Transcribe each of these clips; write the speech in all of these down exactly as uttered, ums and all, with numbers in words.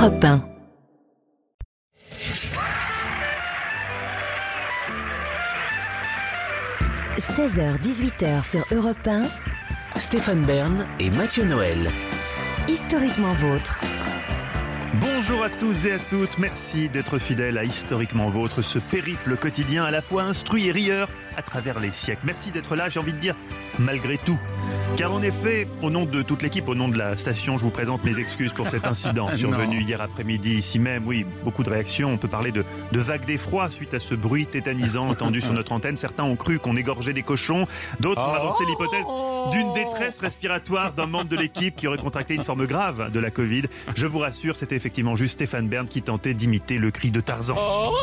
Europe un. seize heures dix-huit heures sur Europe un. Stéphane Bern et Mathieu Noël. Historiquement vôtre. Bonjour à tous et à toutes, merci d'être fidèles à Historiquement Vôtre, ce périple quotidien à la fois instruit et rieur à travers les siècles. Merci d'être là, j'ai envie de dire, malgré tout. Car en effet, au nom de toute l'équipe, au nom de la station, je vous présente mes excuses pour cet incident survenu hier après-midi ici même. Oui, beaucoup de réactions, on peut parler de, de vagues d'effroi suite à ce bruit tétanisant entendu sur notre antenne. Certains ont cru qu'on égorgeait des cochons, d'autres ont avancé l'hypothèse d'une détresse respiratoire d'un membre de l'équipe qui aurait contracté une forme grave de la Covid. Je vous rassure, c'était effectivement juste Stéphane Bern qui tentait d'imiter le cri de Tarzan. Oh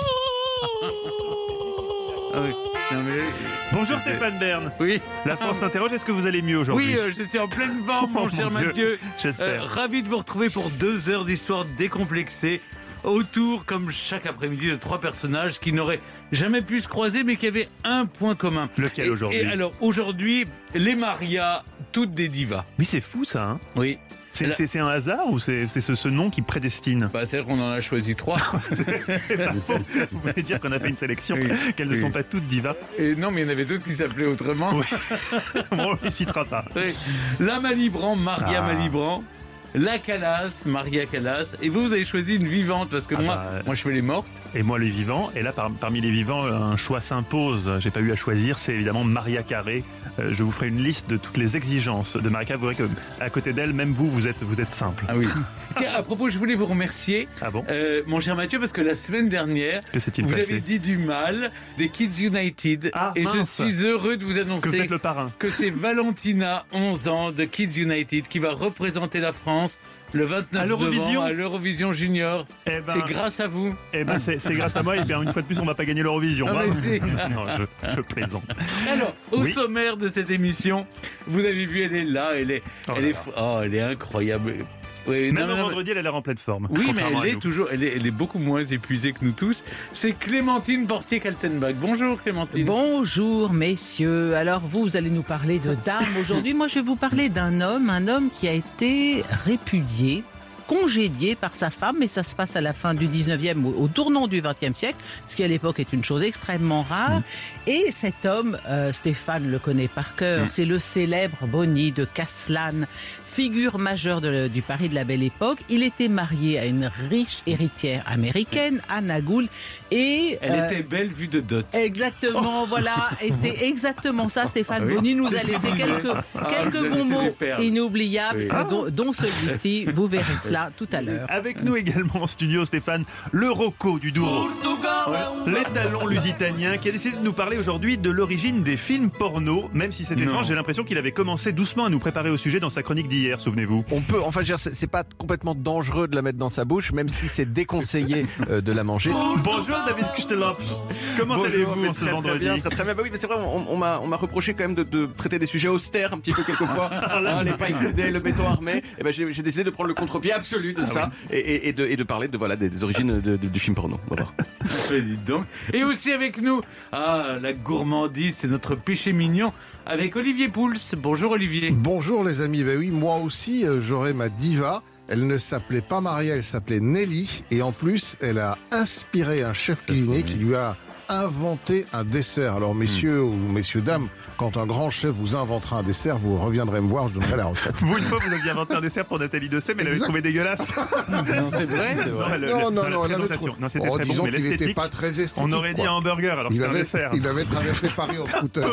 ah oui. Non mais... Bonjour Stéphane Bern. Oui. La France s'interroge, est-ce que vous allez mieux aujourd'hui ? Oui, euh, je suis en pleine forme, mon oh, cher mon Dieu. Mathieu. J'espère. Euh, ravi de vous retrouver pour deux heures d'histoire décomplexée. Autour, comme chaque après-midi, de trois personnages qui n'auraient jamais pu se croiser, mais qui avaient un point commun. Lequel et, aujourd'hui ? Et alors, aujourd'hui, les Maria, toutes des divas. Mais c'est fou ça, hein ? Oui. C'est, La... c'est, c'est un hasard ou c'est, c'est ce, ce nom qui prédestine ? Bah, c'est-à-dire qu'on en a choisi trois. c'est, c'est pas faux. Vous voulez dire qu'on a fait une sélection, oui. qu'elles ne oui. sont pas toutes divas ? Et non, mais il y en avait d'autres qui s'appelaient autrement. Oui. Bon, on ne les citera pas. Oui. La Malibran, Maria ah. Malibran. La Callas, Maria Callas. Et vous, vous avez choisi une vivante, parce que ah moi, bah, moi, je fais les mortes. Et moi, les vivants. Et là, par, parmi les vivants, un choix s'impose. J'ai pas eu à choisir. C'est évidemment Maria Carré. Euh, je vous ferai une liste de toutes les exigences de Maria Carré. Vous verrez qu'à côté d'elle, même vous, vous êtes, vous êtes simple. Ah oui. Tiens, à propos, je voulais vous remercier, ah bon euh, mon cher Mathieu, parce que la semaine dernière, que s'est-il vous passé avez dit du mal des Kids United. Ah, et mince. je suis heureux de vous annoncer que, vous êtes le parrain. que c'est Valentina, onze ans, de Kids United, qui va représenter la France le vingt-neuf à l'Eurovision, à l'Eurovision Junior. Eh ben, c'est grâce à vous. Eh ben, c'est, c'est grâce à moi. Et bien, une fois de plus, on va pas gagner l'Eurovision. Ah, non, je, je plaisante. Alors, au oui. sommaire de cette émission, vous avez vu, elle est là, elle est, oh elle est, oh, elle est incroyable. Oui, Même non, le non, vendredi, elle a l'air en pleine forme. Oui, mais elle est toujours, elle est, elle est beaucoup moins épuisée que nous tous. C'est Clémentine Portier-Kaltenbach. Bonjour Clémentine. Bonjour messieurs. Alors vous, vous allez nous parler de dames aujourd'hui. Moi, je vais vous parler d'un homme, un homme qui a été répudié, congédié par sa femme, mais ça se passe à la fin du dix-neuvième, au, au tournant du vingtième siècle, ce qui à l'époque est une chose extrêmement rare. Mmh. Et cet homme, euh, Stéphane le connaît par cœur, mmh. c'est le célèbre Boni de Caslan, figure majeure de, du Paris de la Belle Époque. Il était marié à une riche héritière américaine, Anna Gould, et... Elle euh, était belle vue de dot. Exactement, oh. voilà. Et c'est exactement ça, Stéphane ah, oui. Boni nous a laissé quelques, ah, quelques bons mots inoubliables, oui. dont, dont celui-ci, vous verrez cela tout à l'heure. Avec nous également en studio, Stéphane, le Rocco du Douro, ouais. l'étalon lusitanien, qui a décidé de nous parler aujourd'hui de l'origine des films porno, même si c'est étrange, j'ai l'impression qu'il avait commencé doucement à nous préparer au sujet dans sa chronique d'hier, souvenez-vous. On peut, enfin, je veux dire, c'est pas complètement dangereux de la mettre dans sa bouche, même si c'est déconseillé euh, de la manger. Bonjour David Kuchtelop, comment Bonjour, allez-vous en ce très, vendredi ? Très bien, très, très bien. Bah oui, mais c'est vrai, on, on, m'a, on m'a reproché quand même de, de traiter des sujets austères un petit peu quelquefois. ah, les pailles coudées, le béton armé. Et ben j'ai, j'ai décidé de prendre le contre-pied absolu de ah, ça oui. et, et, et, de, et de parler de voilà des, des origines de, de, du film porno. On va voir. donc. Et aussi avec nous, ah la gourmandise, c'est notre péché mignon. Avec Olivier Pouls. Bonjour Olivier. Bonjour les amis. Ben oui, moi aussi euh, j'aurais ma diva. Elle ne s'appelait pas Maria, elle s'appelait Nelly. Et en plus, elle a inspiré un chef cuisinier qui lui a inventé un dessert. Alors messieurs mmh. ou messieurs dames, quand un grand chef vous inventera un dessert, vous reviendrez me voir, je donnerai la recette. Vous, une fois, vous aviez inventé un dessert pour Nathalie Dessay, mais elle avait trouvé dégueulasse. Non, c'est vrai, c'est vrai. Non, non, non, non, elle avait trouvé. Non, c'était oh, très disons bon, mais qu'il l'esthétique, n'était pas très esthétique. On aurait dit quoi. un hamburger, alors il c'était avait, un dessert. Il avait traversé Paris en scooter.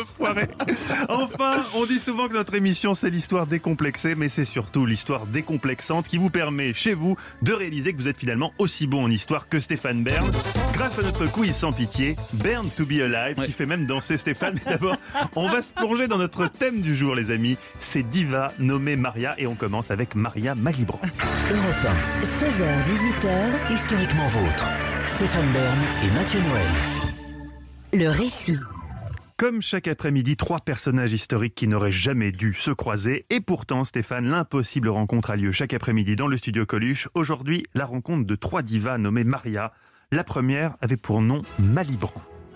Enfin, on dit souvent que notre émission, c'est l'histoire décomplexée, mais c'est surtout l'histoire décomplexante qui vous permet, chez vous, de réaliser que vous êtes finalement aussi bon en histoire que Stéphane Bern. Grâce à notre quiz sans pitié, Bern to be Alive, ouais. qui fait même danser Stéphane. Mais d'abord, on va se plonger dans notre thème du jour, les amis. C'est diva nommée Maria, et on commence avec Maria Malibran. Europe un. seize heures dix-huit heures. Historiquement vôtre. Stéphane Bern et Mathieu Noël. Le récit. Comme chaque après-midi, trois personnages historiques qui n'auraient jamais dû se croiser. Et pourtant, Stéphane, l'impossible rencontre a lieu chaque après-midi dans le studio Coluche. Aujourd'hui, la rencontre de trois divas nommées Maria. La première avait pour nom Malibran.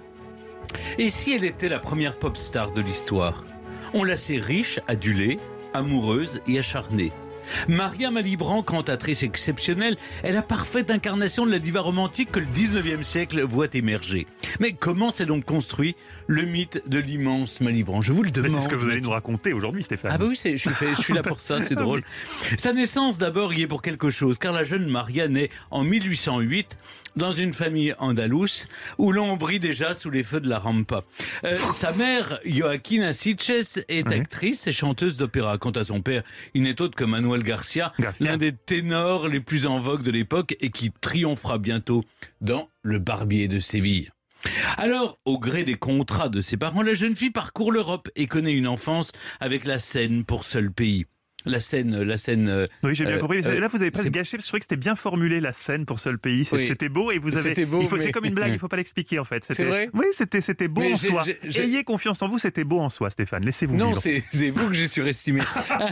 Et si elle était la première pop star de l'histoire ? On la sait riche, adulée, amoureuse et acharnée. Maria Malibran, cantatrice exceptionnelle, est la parfaite incarnation de la diva romantique que le dix-neuvième siècle voit émerger. Mais comment s'est donc construit le mythe de l'immense Malibran? Je vous le demande. Mais c'est ce que vous allez nous raconter aujourd'hui, Stéphane. Ah bah oui, c'est, je, suis fait, je suis là pour ça, c'est drôle. Sa naissance d'abord y est pour quelque chose, car la jeune Maria naît en mille huit cent huit dans une famille andalouse où l'on brille déjà sous les feux de la Rampa. Euh, sa mère, Joaquina Sitges, est oui. actrice et chanteuse d'opéra. Quant à son père, il n'est autre que Manuel Garcia, Garcia, l'un des ténors les plus en vogue de l'époque et qui triomphera bientôt dans Le Barbier de Séville. Alors, au gré des contrats de ses parents, la jeune fille parcourt l'Europe et connaît une enfance avec la Seine pour seul pays. La scène, la scène. Oui, j'ai bien euh, compris. euh, Là, vous avez pas c'est... gâché. Je trouvais que c'était bien formulé, la scène pour seul pays. C'est, oui. C'était beau et vous avez. C'était beau, il faut, mais... C'est comme une blague. Il faut pas l'expliquer en fait. C'était... C'est vrai. Oui, c'était, c'était beau mais en j'ai, soi. j'ai, j'ai... Ayez confiance en vous. C'était beau en soi, Stéphane. Laissez-vous non, vivre. c'est, c'est vous que j'ai surestimé.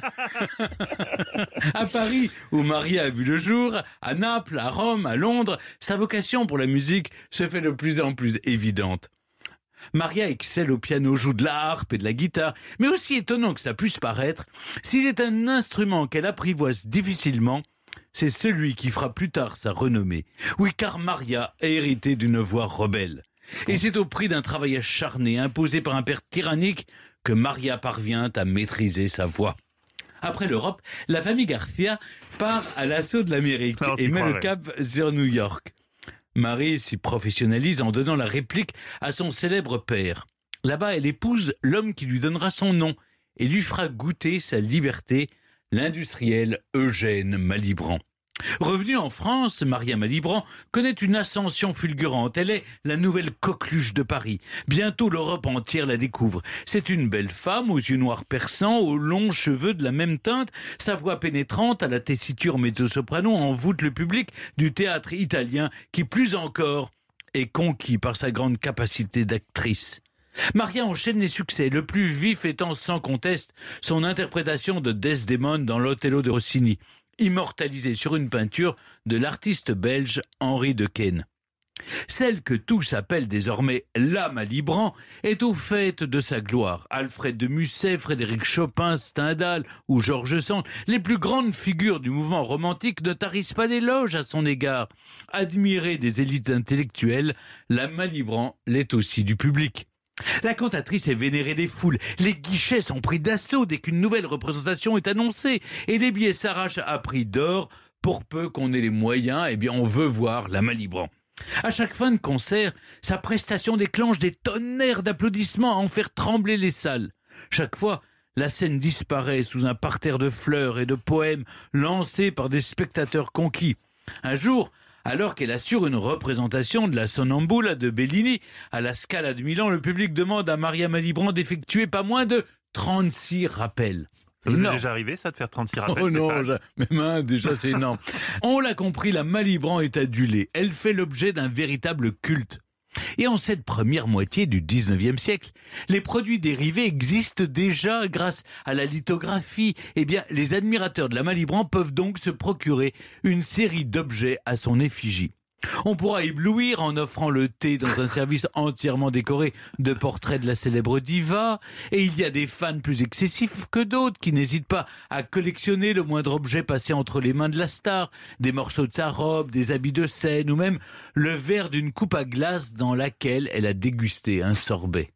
À Paris, où Maria a vu le jour, à Naples, à Rome, à Londres, sa vocation pour la musique se fait de plus en plus évidente. Maria excelle au piano, joue de la harpe et de la guitare, mais aussi étonnant que ça puisse paraître, s'il est un instrument qu'elle apprivoise difficilement, c'est celui qui fera plus tard sa renommée. Oui, car Maria a hérité d'une voix rebelle. Et c'est au prix d'un travail acharné, imposé par un père tyrannique, que Maria parvient à maîtriser sa voix. Après l'Europe, la famille Garcia part à l'assaut de l'Amérique Alors, et met croirait. le cap sur New York. Marie s'y professionnalise en donnant la réplique à son célèbre père. Là-bas, elle épouse l'homme qui lui donnera son nom et lui fera goûter sa liberté, l'industriel Eugène Malibran. Revenue en France, Maria Malibran connaît une ascension fulgurante. Elle est la nouvelle coqueluche de Paris. Bientôt, l'Europe entière la découvre. C'est une belle femme aux yeux noirs perçants, aux longs cheveux de la même teinte. Sa voix pénétrante, à la tessiture mezzo-soprano, envoûte le public du théâtre italien qui, plus encore, est conquis par sa grande capacité d'actrice. Maria enchaîne les succès, le plus vif étant sans conteste son interprétation de Desdémone dans l'Othello de Rossini, immortalisée sur une peinture de l'artiste belge Henri Dequesne. Celle que tous appellent désormais la Malibran est au fait de sa gloire. Alfred de Musset, Frédéric Chopin, Stendhal ou Georges Sand, les plus grandes figures du mouvement romantique ne tarissent pas d'éloges à son égard. Admirée des élites intellectuelles, la Malibran l'est aussi du public. La cantatrice est vénérée des foules. Les guichets sont pris d'assaut dès qu'une nouvelle représentation est annoncée et les billets s'arrachent à prix d'or. Pour peu qu'on ait les moyens, eh bien on veut voir la Malibran. À chaque fin de concert, sa prestation déclenche des tonnerres d'applaudissements à en faire trembler les salles. Chaque fois, la scène disparaît sous un parterre de fleurs et de poèmes lancés par des spectateurs conquis. Un jour, alors qu'elle assure une représentation de la Sonnambula de Bellini à la Scala de Milan, le public demande à Maria Malibran d'effectuer pas moins de trente-six rappels. Ça vous est Énorme. déjà arrivé, ça, de faire trente-six rappels? Oh non, Stéphane je- même un, déjà c'est énorme. On l'a compris, la Malibran est adulée. Elle fait l'objet d'un véritable culte. Et en cette première moitié du dix-neuvième siècle, les produits dérivés existent déjà grâce à la lithographie. Eh bien, les admirateurs de la Malibran peuvent donc se procurer une série d'objets à son effigie. On pourra éblouir en offrant le thé dans un service entièrement décoré de portraits de la célèbre diva. Et il y a des fans plus excessifs que d'autres qui n'hésitent pas à collectionner le moindre objet passé entre les mains de la star, des morceaux de sa robe, des habits de scène ou même le verre d'une coupe à glace dans laquelle elle a dégusté un sorbet.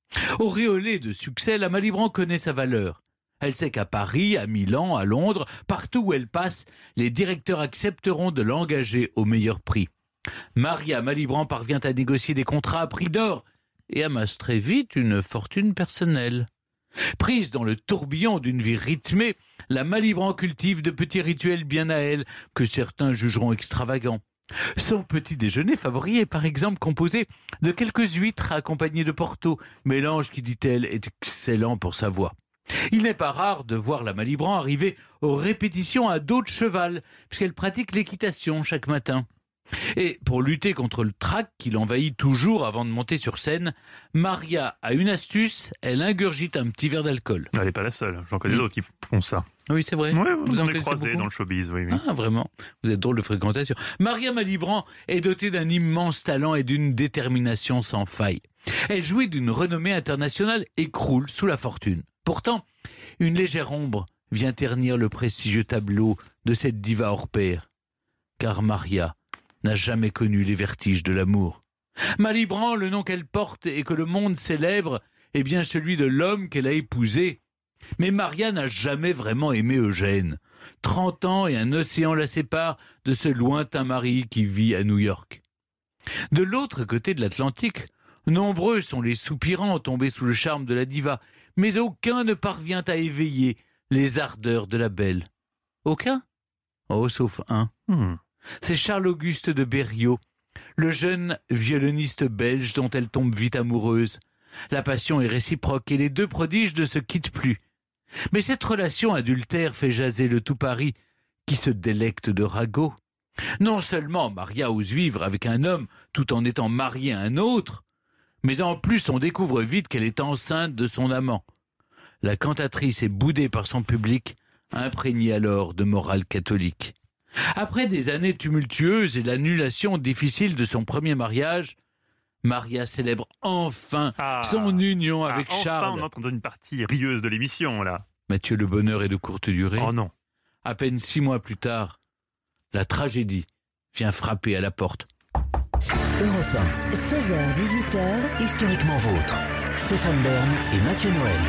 Auréolée de succès, la Malibran connaît sa valeur. Elle sait qu'à Paris, à Milan, à Londres, partout où elle passe, les directeurs accepteront de l'engager au meilleur prix. Maria Malibran parvient à négocier des contrats à prix d'or et amasse très vite une fortune personnelle. Prise dans le tourbillon d'une vie rythmée, la Malibran cultive de petits rituels bien à elle que certains jugeront extravagants. Son petit déjeuner favori est par exemple composé de quelques huîtres accompagnées de Porto, mélange qui, dit-elle, est excellent pour sa voix. Il n'est pas rare de voir la Malibran arriver aux répétitions à dos de cheval, puisqu'elle pratique l'équitation chaque matin. Et pour lutter contre le trac qui l'envahit toujours avant de monter sur scène, Maria a une astuce, elle ingurgite un petit verre d'alcool. Elle n'est pas la seule. J'en connais Mm. d'autres qui font ça. Oui, c'est vrai. Ouais, vous, Vous en en connaissez avez croisé beaucoup dans le showbiz, oui. oui. Ah, vraiment. Vous êtes drôle de fréquentation. Maria Malibran est dotée d'un immense talent et d'une détermination sans faille. Elle jouit d'une renommée internationale et croule sous la fortune. Pourtant, une légère ombre vient ternir le prestigieux tableau de cette diva hors pair. Car Maria n'a jamais connu les vertiges de l'amour. Malibran, le nom qu'elle porte et que le monde célèbre, est bien celui de l'homme qu'elle a épousé. Mais Maria n'a jamais vraiment aimé Eugène. Trente ans et un océan la séparent de ce lointain mari qui vit à New York. De l'autre côté de l'Atlantique, nombreux sont les soupirants tombés sous le charme de la diva, mais aucun ne parvient à éveiller les ardeurs de la belle. Aucun ? Oh, sauf un. Hmm. C'est Charles-Auguste de Berriot, le jeune violoniste belge dont elle tombe vite amoureuse. La passion est réciproque et les deux prodiges ne se quittent plus. Mais cette relation adultère fait jaser le tout Paris qui se délecte de ragots. Non seulement Maria ose vivre avec un homme tout en étant mariée à un autre, mais en plus on découvre vite qu'elle est enceinte de son amant. La cantatrice est boudée par son public, imprégnée alors de morale catholique. Après des années tumultueuses et l'annulation difficile de son premier mariage, Maria célèbre enfin Ah. son union Ah, avec enfin, Charles. on entre dans une partie rieuse de l'émission, là. Mathieu, le bonheur est de courte durée. Oh non. À peine six mois plus tard, la tragédie vient frapper à la porte. Europe un, seize heures dix-huit heures, Historiquement vôtre. Stéphane Bern et Mathieu Noël.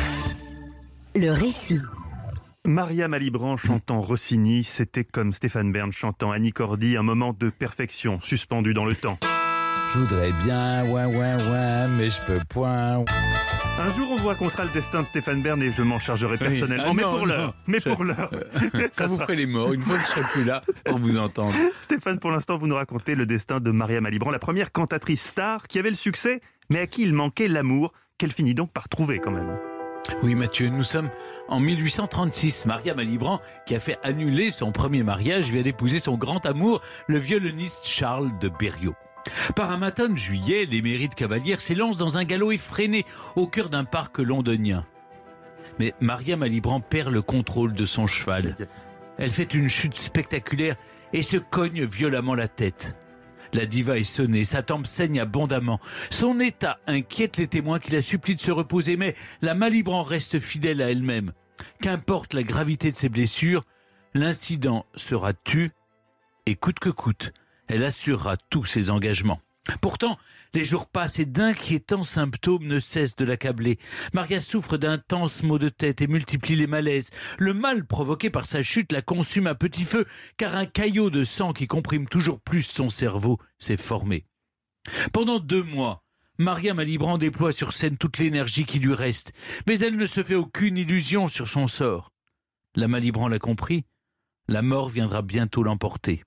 le récit. Maria Malibran chantant Rossini, c'était comme Stéphane Bern chantant Annie Cordy, un moment de perfection suspendu dans le temps. Je voudrais bien, ouais, ouais, ouais, mais je peux point. Un jour, on vous racontera le destin de Stéphane Bern et je m'en chargerai personnellement. Ah mais non, pour non. l'heure, mais Je- pour l'heure. Quand vous ferez les morts, une fois que je serai plus là pour vous entendre. Stéphane, pour l'instant, vous nous racontez le destin de Maria Malibran, la première cantatrice star qui avait le succès, mais à qui il manquait l'amour, qu'elle finit donc par trouver quand même. Oui, Mathieu, nous sommes en mille huit cent trente-six. Maria Malibran, qui a fait annuler son premier mariage, vient d'épouser son grand amour, le violoniste Charles de Berriot. Par un matin de juillet, l'émérite cavalière s'élance dans un galop effréné au cœur d'un parc londonien. Mais Maria Malibran perd le contrôle de son cheval. Elle fait une chute spectaculaire et se cogne violemment la tête. La diva est sonnée, sa tempe saigne abondamment. Son état inquiète les témoins qui la supplient de se reposer, mais la Malibran reste fidèle à elle-même. Qu'importe la gravité de ses blessures, l'incident sera tu et coûte que coûte, elle assurera tous ses engagements. Pourtant, les jours passent et d'inquiétants symptômes ne cessent de l'accabler. Maria souffre d'intenses maux de tête et multiplie les malaises. Le mal provoqué par sa chute la consume à petit feu, car un caillot de sang qui comprime toujours plus son cerveau s'est formé. Pendant deux mois, Maria Malibran déploie sur scène toute l'énergie qui lui reste, mais elle ne se fait aucune illusion sur son sort. La Malibran l'a compris, la mort viendra bientôt l'emporter.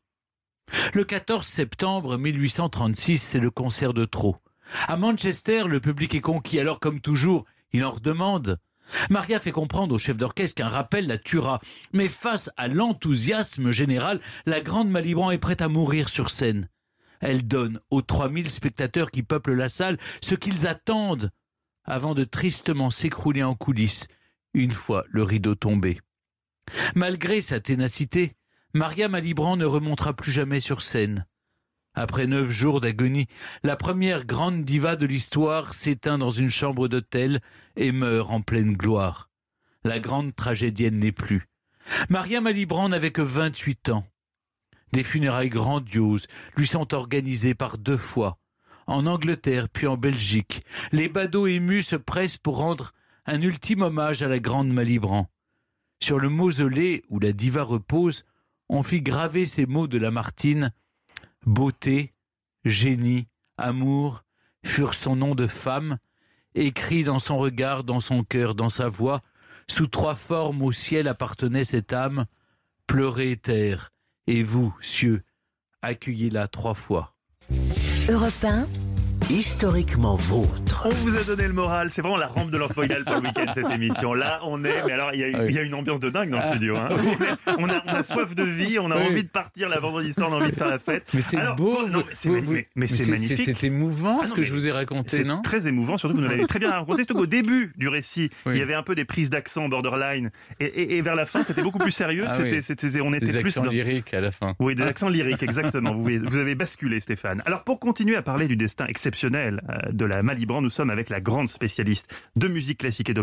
Le quatorze septembre mille huit cent trente-six, c'est le concert de trop. À Manchester, le public est conquis, alors comme toujours, il en redemande. Maria fait comprendre au chef d'orchestre qu'un rappel la tuera. Mais face à l'enthousiasme général, la grande Malibran est prête à mourir sur scène. Elle donne aux trois mille spectateurs qui peuplent la salle ce qu'ils attendent avant de tristement s'écrouler en coulisses, une fois le rideau tombé. Malgré sa ténacité, Maria Malibran ne remontera plus jamais sur scène. Après neuf jours d'agonie, la première grande diva de l'histoire s'éteint dans une chambre d'hôtel et meurt en pleine gloire. La grande tragédienne n'est plus. Maria Malibran n'avait que vingt-huit ans. Des funérailles grandioses lui sont organisées par deux fois. En Angleterre puis en Belgique, les badauds émus se pressent pour rendre un ultime hommage à la grande Malibran. Sur le mausolée où la diva repose, on fit graver ces mots de Lamartine. Beauté, génie, amour furent son nom de femme, écrit dans son regard, dans son cœur, dans sa voix. Sous trois formes au ciel appartenait cette âme. Pleurez terre, et vous, cieux, accueillez-la trois fois. Europe un, Historiquement vôtre. On vous a donné le moral, c'est vraiment la rampe de Lance Royal pour le week-end cette émission. Là, on est, mais alors il y, a- Ah oui. il y a une ambiance de dingue dans le studio. Hein. On, a, on a soif de vie, on a Oui. envie de partir la vendredi soir, on a envie de faire la fête. Mais c'est Alors, beau, oh, non, vous- mais c'est vous- magnifique. vous- Mais, mais c'est- c'est magnifique. C'est émouvant Ah ce non, que mais je vous ai raconté, C'est non? très émouvant, surtout que vous nous l'avez très bien raconté. Surtout qu'au début du récit, Oui. il y avait un peu des prises d'accent borderline, et, et- et vers la fin, c'était beaucoup plus sérieux. Ah c'était, oui. c'était- on était Des plus accents dans- lyriques à la fin. Oui, des accents lyriques, exactement. Vous, vous avez basculé, Stéphane. Alors, pour continuer à parler du destin exceptionnel euh, de la Malibran, nous sommes avec la grande spécialiste de musique classique et d'opéra,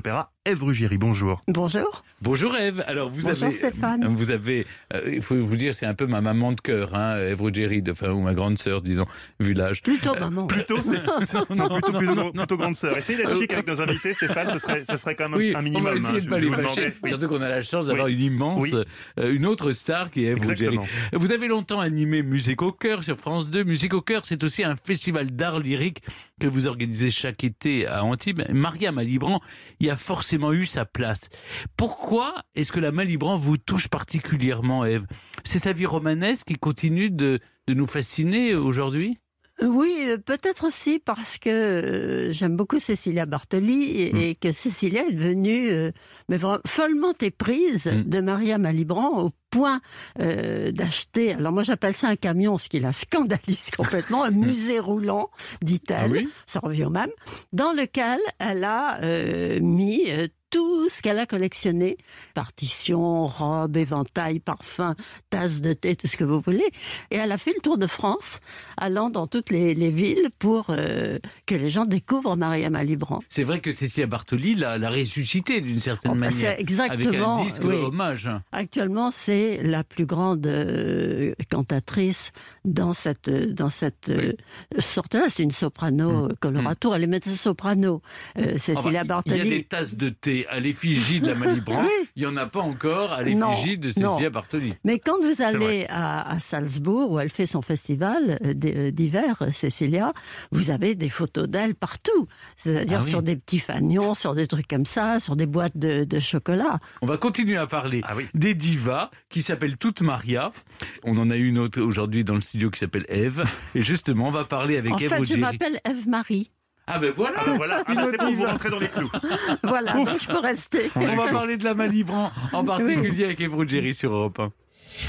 Ève Ruggieri. Bonjour. Bonjour. Bonjour Ève. Alors vous Bonjour avez, Stéphane. Vous avez, euh, il faut vous dire, c'est un peu ma maman de cœur, hein, Ève Ruggieri, de, enfin, ou ma grande sœur, disons, vu l'âge. Plutôt maman. Plutôt, c'est, c'est- non, plutôt, plutôt, plutôt grande sœur. Essayez d'être chic avec nos invités, Stéphane, ce serait, ce serait quand même Oui, un minimum. on va essayer hein, de je- pas je les vous fâcher. demandais. Oui. Surtout qu'on a la chance d'avoir Oui. une immense, Oui. euh, une autre star qui est Ève Ruggieri. Exactement. Vous avez longtemps animé Musique au cœur sur France deux. Musique au cœur, c'est aussi un festival d'art lyrique que vous organisez chaque été à Antibes. Maria Malibran y a forcément eu sa place. Pourquoi est-ce que la Malibran vous touche particulièrement, Ève ? C'est sa vie romanesque qui continue de, de nous fasciner aujourd'hui ? Oui, euh, peut-être aussi parce que euh, j'aime beaucoup Cécilia Bartoli et, Mm. et que Cécilia est devenue euh, mais vraiment follement éprise Mm. de Maria Malibran au point euh, d'acheter, alors moi j'appelle ça un camion, ce qui la scandalise complètement, un musée roulant, dit-elle, Ah oui ça revient au même, dans lequel elle a euh, mis euh, tout ce qu'elle a collectionné, partitions, robes, éventails, parfums, tasses de thé, tout ce que vous voulez. Et elle a fait le tour de France, allant dans toutes les, les villes pour euh, que les gens découvrent Maria Malibran. C'est vrai que Cécilia Bartoli l'a, l'a ressuscité d'une certaine Oh, bah, manière. c'est exactement, Avec un disque oui. hommage. Actuellement, c'est la plus grande euh, cantatrice dans cette, dans cette euh, sorte-là. C'est une soprano Mmh. colorato. Elle est mezzo-soprano, euh, Cécilia Enfin, il y a Bartoli. des tasses de thé à l'effigie de la Malibran. Oui. Il n'y en a pas encore à Non, l'effigie de non. Cécilia Bartoli. Mais quand vous vrai. allez à, à Salzbourg, où elle fait son festival euh, d- euh, d'hiver, euh, Cécilia, vous avez des photos d'elle partout. C'est-à-dire Ah oui. sur des petits fanions, sur des trucs comme ça, sur des boîtes de, de chocolat. On va continuer à parler Ah oui. des divas qui s'appellent toutes Maria. On en a une autre aujourd'hui dans le studio qui s'appelle Ève. Et justement, on va parler avec En Ève fait, je Ruggieri. m'appelle Ève-Marie. Ah ben voilà, Ah ben voilà, ah ben c'est bon, vous rentrez dans les clous. Voilà, donc je peux rester. On va parler de la Malibran, en particulier avec Ève Ruggieri sur Europe un.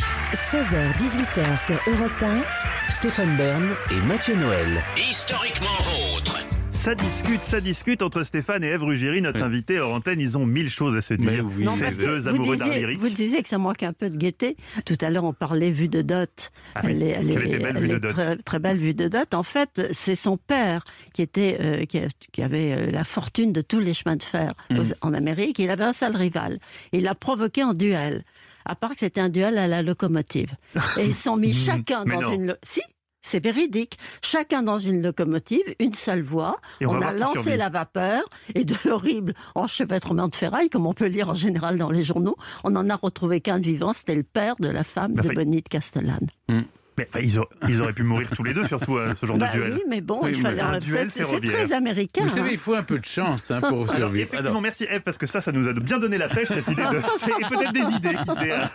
seize heures dix-huit heures sur Europe un. Stéphane Bern et Mathieu Noël. Historiquement vôtre. Ça discute, ça discute entre Stéphane et Ève Ruggieri, notre Oui. invité hors antenne. Ils ont mille choses à se dire. Mais oui. Non, Ces parce que deux vous amoureux d'art disiez, lyrique. vous disiez que ça manque un peu de gaieté. Tout à l'heure, on parlait vue de dot. Ah oui, elle est, elle quelle est- était belle elle vue de est dot. Très, très belle vue de dot. En fait, c'est son père qui était, euh, qui, a- qui avait euh, la fortune de tous les chemins de fer Mmh. aux- en Amérique. Il avait un seul rival. Il l'a provoqué en duel. À part que c'était un duel à la locomotive. Et ils sont mis chacun Mais dans non. une... lo- Si, c'est véridique. Chacun dans une locomotive, une seule voie. Et on on va a voir qui lancé survit. la vapeur et de l'horrible enchevêtrement de ferraille, comme on peut lire en général dans les journaux. On n'en a retrouvé qu'un de vivant, c'était le père de la femme Bah, de fait- Bonnie de Castellane. Mais enfin, ils, auraient, ils auraient pu mourir tous les deux, surtout à ce genre Bah de duel. oui, mais bon, Oui, il mais fallait. un c'est- duel C'est ferroviaire. très américain. Vous savez, hein. il faut un peu de chance hein, pour Alors, survivre. effectivement, Alors, merci Ève, parce que ça, ça nous a bien donné la pêche, cette idée de... Et peut-être des idées, qui sait, à,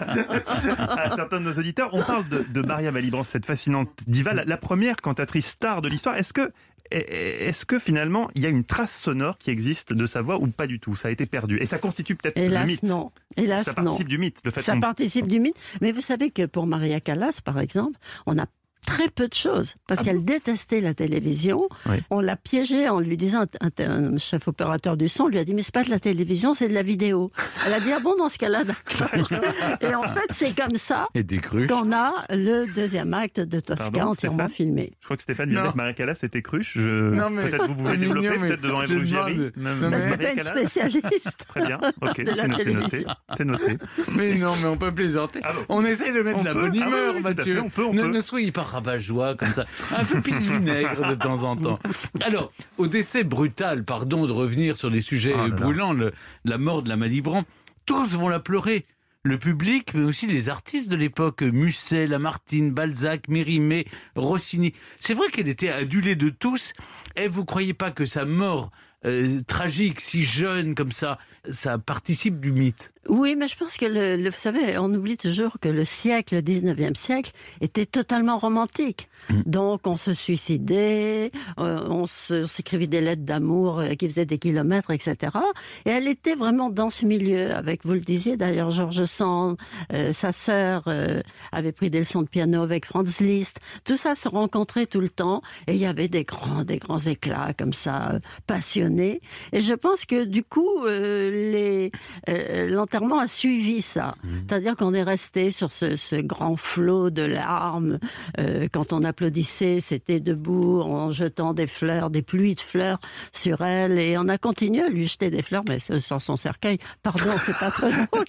à certains de nos auditeurs. On parle de, de Maria Malibran, cette fascinante diva, la, la première cantatrice star de l'histoire. Est-ce que, est-ce que finalement, il y a une trace sonore qui existe de sa voix ou pas du tout ? Ça a été perdu. Et ça constitue peut-être le Hélas, mythe. non. Hélas, Ça non. participe du mythe, le fait Ça qu'on- participe du mythe. Mais vous savez que pour Maria Callas, par exemple, on a très peu de choses, parce qu'elle détestait la télévision. Oui. On l'a piégée en lui disant, un, un- un chef opérateur du son lui a dit, mais c'est pas de la télévision, c'est de la vidéo. Elle a dit, ah bon, dans ce cas-là, d'accord. Et en fait, c'est comme ça et des cruches. qu'on a le deuxième acte de Tosca Pardon, entièrement Stéphane filmé. Je crois que Stéphane vient de Non. dire que Maria Callas était cruche. Je... Non, mais- Peut-être vous pouvez c'est développer, mignon, mais peut-être devant je Ève Ruggieri. demande- Même Non, mais- C'est Maria pas une Callas. spécialiste. Très bien, ok, de la c'est no- c'est noté. télévision. C'est noté. Mais non, mais on peut plaisanter. Ah bon. On essaie de mettre On de la peut bonne Ah oui, humeur, oui, tout à Mathieu. fait, on peut, on ne, peut. ne soyez pas rabat-joie comme ça. Un peu pisse-vinaigre de temps en temps. Alors, au décès brutal, pardon de revenir sur des sujets Oh là là. brûlants, le- la mort de la Malibran, tous vont la pleurer. Le public, mais aussi les artistes de l'époque, Musset, Lamartine, Balzac, Mérimée, Rossini. C'est vrai qu'elle était adulée de tous. Et vous croyez pas que sa mort euh, tragique, si jeune comme ça, ça participe du mythe? Oui, mais je pense que, le, le- vous savez, on oublie toujours que le siècle, le dix-neuvième siècle, était totalement romantique. Mm. Donc, on se suicidait, euh, on se- on s'écrivait des lettres d'amour euh, qui faisaient des kilomètres, et cetera. Et elle était vraiment dans ce milieu, avec, vous le disiez d'ailleurs, Georges Sand, euh, sa sœur euh, avait pris des leçons de piano avec Franz Liszt. Tout ça se rencontrait tout le temps, et il y avait des grands, des grands éclats comme ça, euh, passionnés. Et je pense que, du coup, euh, les, euh, l'antenne volontairement a suivi ça. Mmh. C'est-à-dire qu'on est resté sur ce, ce grand flot de larmes. Euh, quand on applaudissait, c'était debout, en jetant des fleurs, des pluies de fleurs sur elle. Et on a continué à lui jeter des fleurs, mais sur son cercueil. Pardon, c'est pas très drôle.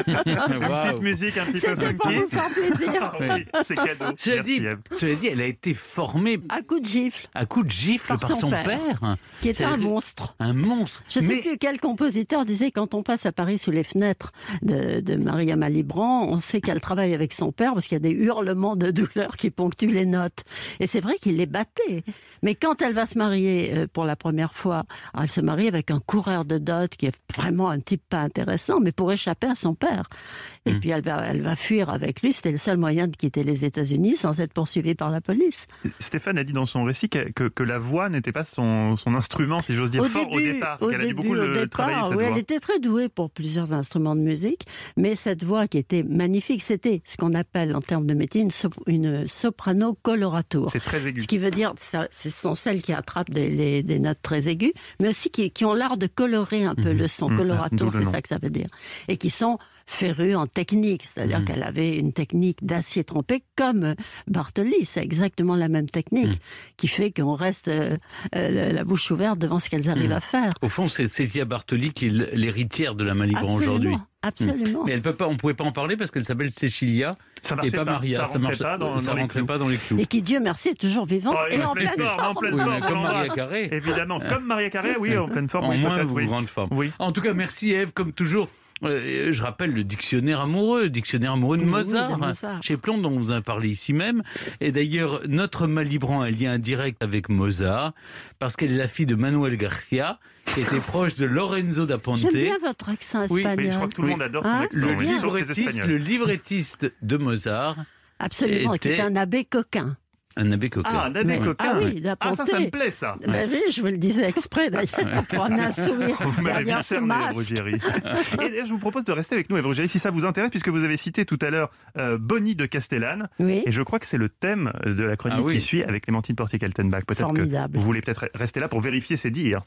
Une Wow. petite musique un petit peu C'était pour funky. vous faire plaisir. Oui, c'est cadeau. Cela Merci, dit, Ève. cela dit, elle a été formée À coup de gifle, à coups de gifle par, Par son son père. père. qui était C'est- un monstre. Un monstre. Je ne sais Mais- plus quel compositeur disait quand on passe à Paris sous les fenêtres de, de Maria Malibran, on sait qu'elle travaille avec son père parce qu'il y a des hurlements de douleur qui ponctuent les notes. Et c'est vrai qu'il les battait. Mais quand elle va se marier euh, pour la première fois, elle se marie avec un coureur de dot qui est vraiment un type pas intéressant, mais pour échapper à son père. Et Mm. puis elle va, elle va fuir avec lui. C'était le seul moyen de quitter les États-Unis sans être poursuivie par la police. Stéphane a dit dans son récit que, que, que la voix n'était pas son, son instrument, si j'ose dire, fort au départ. au Qu'elle a dû début, beaucoup au le départ, travailler, cette oui, voix. elle était très douée pour plusieurs instruments de musique, mais cette voix qui était magnifique, c'était ce qu'on appelle en termes de métier une, sop- une soprano coloratura. C'est très aigu. Ce qui veut dire, ça, ce sont celles qui attrapent des, les- des notes très aiguës, mais aussi qui, qui ont l'art de colorer un peu Mhm. le son. Mhm. Coloratura, D'où le c'est nom. ça que ça veut dire. Et qui sont férues en technique, c'est-à-dire Mhm. qu'elle avait une technique d'acier trempé comme Bartoli. C'est exactement la même technique Mhm. qui fait qu'on reste euh, euh, la bouche ouverte devant ce qu'elles arrivent Mhm. à faire. Au fond, c'est Célia Bartoli qui est l'héritière de la Malibran aujourd'hui. Absolument. Mais elle peut pas, on ne pouvait pas en parler parce qu'elle s'appelle Cécilia Ça et marchait pas pas, Maria. ça rentrait marche- pas dans- ça dans les rentrait clous. pas dans les clous. Et qui, Dieu merci, est toujours vivante Oh, et en pleine forme, en forme. pleine Oui, forme, mais on comme Maria l'embrasse. Carré. Évidemment, comme Maria Carré, oui, en pleine forme, En oui, moins peut-être, ou oui. grande forme. Oui. En tout cas, merci Ève, comme toujours. Euh, je rappelle le dictionnaire amoureux, le dictionnaire amoureux de Oui, oui, Mozart, de Mozart. chez Plon, dont vous avez parlé ici même. Et d'ailleurs, notre Malibran a un lien direct avec Mozart, parce qu'elle est la fille de Manuel García, qui était proche de Lorenzo da Ponte. J'aime bien votre accent Oui, espagnol. Oui, je crois que tout le Oui. monde adore son Hein, accent. Le c'est oui, bien. sauf les librettiste, Espagnols. le librettiste de Mozart, Absolument, qui est était- un abbé coquin. un abbé coquin. Ah, un abbé Mais- coquin. Ah oui, Da Ah, ça, Ponte. ça me plaît, ça. Ben oui, je vous le disais exprès d'ailleurs, pour amener un sourire Vous m'avez bien derrière ce cerné, masque. Ruggieri. Et d'ailleurs, je vous propose de rester avec nous, Ève Ruggieri, si ça vous intéresse, puisque vous avez cité tout à l'heure euh, Bonnie de Castellane. Oui, Et je crois que c'est le thème de la chronique Ah oui. qui suit avec Clémentine Portier-Kaltenbach. Peut-être que Formidable. vous voulez peut-être rester là pour vérifier ces dires.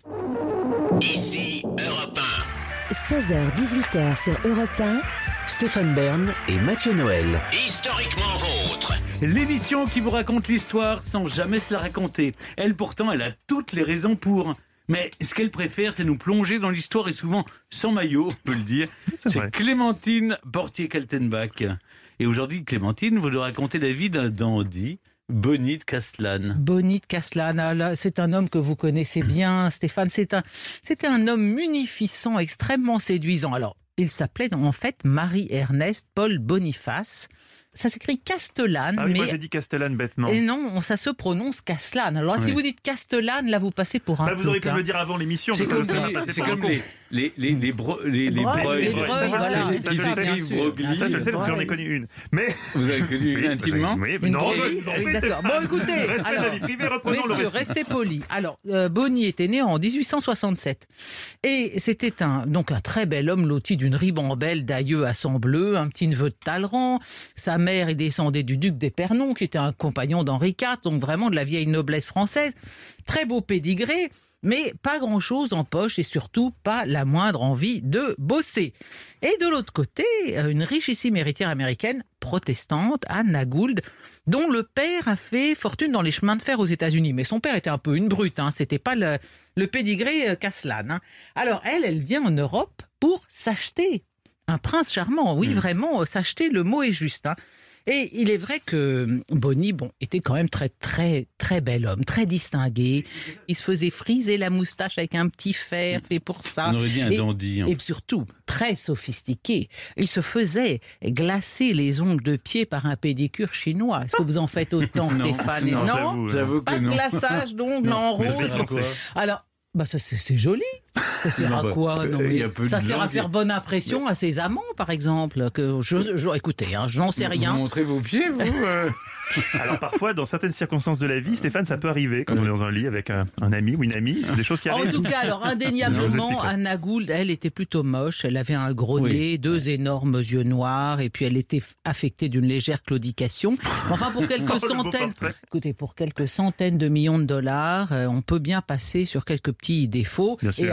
Ici Europe un. seize heures dix-huit heures sur Europe un. Stéphane Bern et Mathieu Noël. Historiquement vôtre. L'émission qui vous raconte l'histoire sans jamais se la raconter. Elle, pourtant, elle a toutes les raisons pour. Mais ce qu'elle préfère, c'est nous plonger dans l'histoire et souvent sans maillot, on peut le dire. C'est C'est vrai. Clémentine Portier-Kaltenbach. Et aujourd'hui, Clémentine, vous nous racontez la vie d'un dandy, Bonnie de Castellane. Bonnie de Castellane, ah là, c'est un homme que vous connaissez bien, Stéphane. C'est un, c'était un homme munificent, extrêmement séduisant. Alors, il s'appelait en fait Marie-Ernest Paul Boniface. Ça s'écrit Castellane, Ah oui, moi mais j'ai dit Castellane bêtement. et non, ça se prononce Castellane. Alors, si Oui. vous dites Castellane, là, vous passez pour un Bah, vous auriez pu plouc, me hein. le dire avant l'émission. C'est parce que comme, ça va les, passer c'est pour un comme con. les, les, les, les, bro- les, les breuils, breuils. les breuils, ça, voilà, ça, c'est ça, ça, je sais, bien oui, sûr. broglie. Ça, je le sais parce que j'en ai Ouais. connu une. Mais Vous avez connu Oui, intimement oui, Une non, breuille bah, je vous en Oui, prie, d'accord. Stéphane. Bon, écoutez, Respect de la alors, vie privée, reprenons le Messieurs, récit. restez polis. Alors, euh, Bonnie était né en dix-huit cent soixante-sept. Et c'était un, donc un très bel homme loti d'une ribambelle d'aïeux à sang bleu, un petit neveu de Talleyrand. Sa mère est descendée du duc d'Épernon, qui était un compagnon d'Henri quatre, donc vraiment de la vieille noblesse française. Très beau pédigré, mais pas grand-chose en poche et surtout pas la moindre envie de bosser. Et de l'autre côté, une richissime héritière américaine protestante, Anna Gould, dont le père a fait fortune dans les chemins de fer aux États-Unis. Mais son père était un peu une brute, hein, c'était pas le, le pédigré euh, Castellane. Hein. Alors elle, elle vient en Europe pour s'acheter un prince charmant. Oui, Mmh. vraiment, euh, s'acheter, le mot est juste. Hein. Et il est vrai que Bonnie, bon, était quand même très, très, très bel homme, très distingué. Il se faisait friser la moustache avec un petit fer fait pour ça. On aurait dit un Et- dandy. hein. Et surtout, très sophistiqué. Il se faisait glacer les ongles de pied par un pédicure chinois. Est-ce que vous en faites autant, Non, Stéphane et- Non, Non, j'avoue, euh, J'avoue que pas de non. glaçage d'ongles en Mais rose. ça sert à quoi Alors, bah ça, c'est c'est joli. Ça sert Non, à bah, quoi non, euh, mais il y a peu Ça de sert à langue. faire bonne impression à ses amants, par exemple. Que je, je- écoutez, hein, j'en sais Vous rien. montrez vos pieds, vous euh Alors parfois, dans certaines circonstances de la vie, Stéphane, ça peut arriver quand on est dans un lit avec un, un ami ou une amie. C'est des choses qui En arrivent. tout cas, alors Non, je vous indéniablement, expliquerai. Anna Gould, elle était plutôt moche. Elle avait un gros Oui. nez, deux énormes yeux noirs, et puis elle était affectée d'une légère claudication. Enfin, pour quelques Oh, le beau centaines, portrait. écoutez, pour quelques centaines de millions de dollars, euh, on peut bien passer sur quelques petits défauts. Bien Et sûr.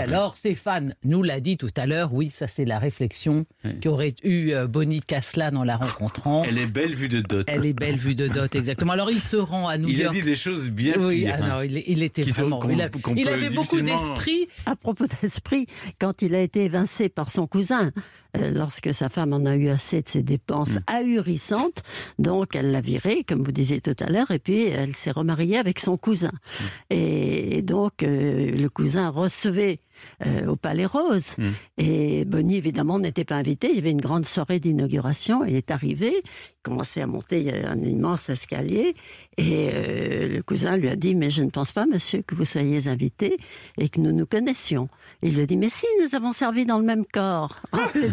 alors, Stéphane nous l'a dit tout à l'heure, oui, ça c'est la réflexion oui. qu'aurait eu euh, Bonnie de Casselan en la rencontrant. Elle est belle vue de dot. Elle est belle vue de dot, exactement. Alors, il se rend à New il York. Il a dit des choses bien oui, pires. Ah non, il, il était Qui vraiment... sont, il, a, il avait beaucoup difficilement... d'esprit. À propos d'esprit, quand il a été évincé par son cousin, euh, lorsque sa femme en a eu assez de ses dépenses mmh. ahurissantes, donc elle l'a viré, comme vous disiez tout à l'heure, et puis elle s'est remariée avec son cousin. Mmh. Et, et donc, euh, le cousin recevait euh, au Palais Rose. Mmh. Et Bonnie, évidemment, n'était pas invitée. Il y avait une grande soirée d'inauguration. Il est arrivé, il commençait à monter un immense escalier. Et euh, le cousin lui a dit « Mais je ne pense pas, monsieur, que vous soyez invité et que nous nous connaissions. » Et il lui a dit « Mais si, nous avons servi dans le même corps. » Et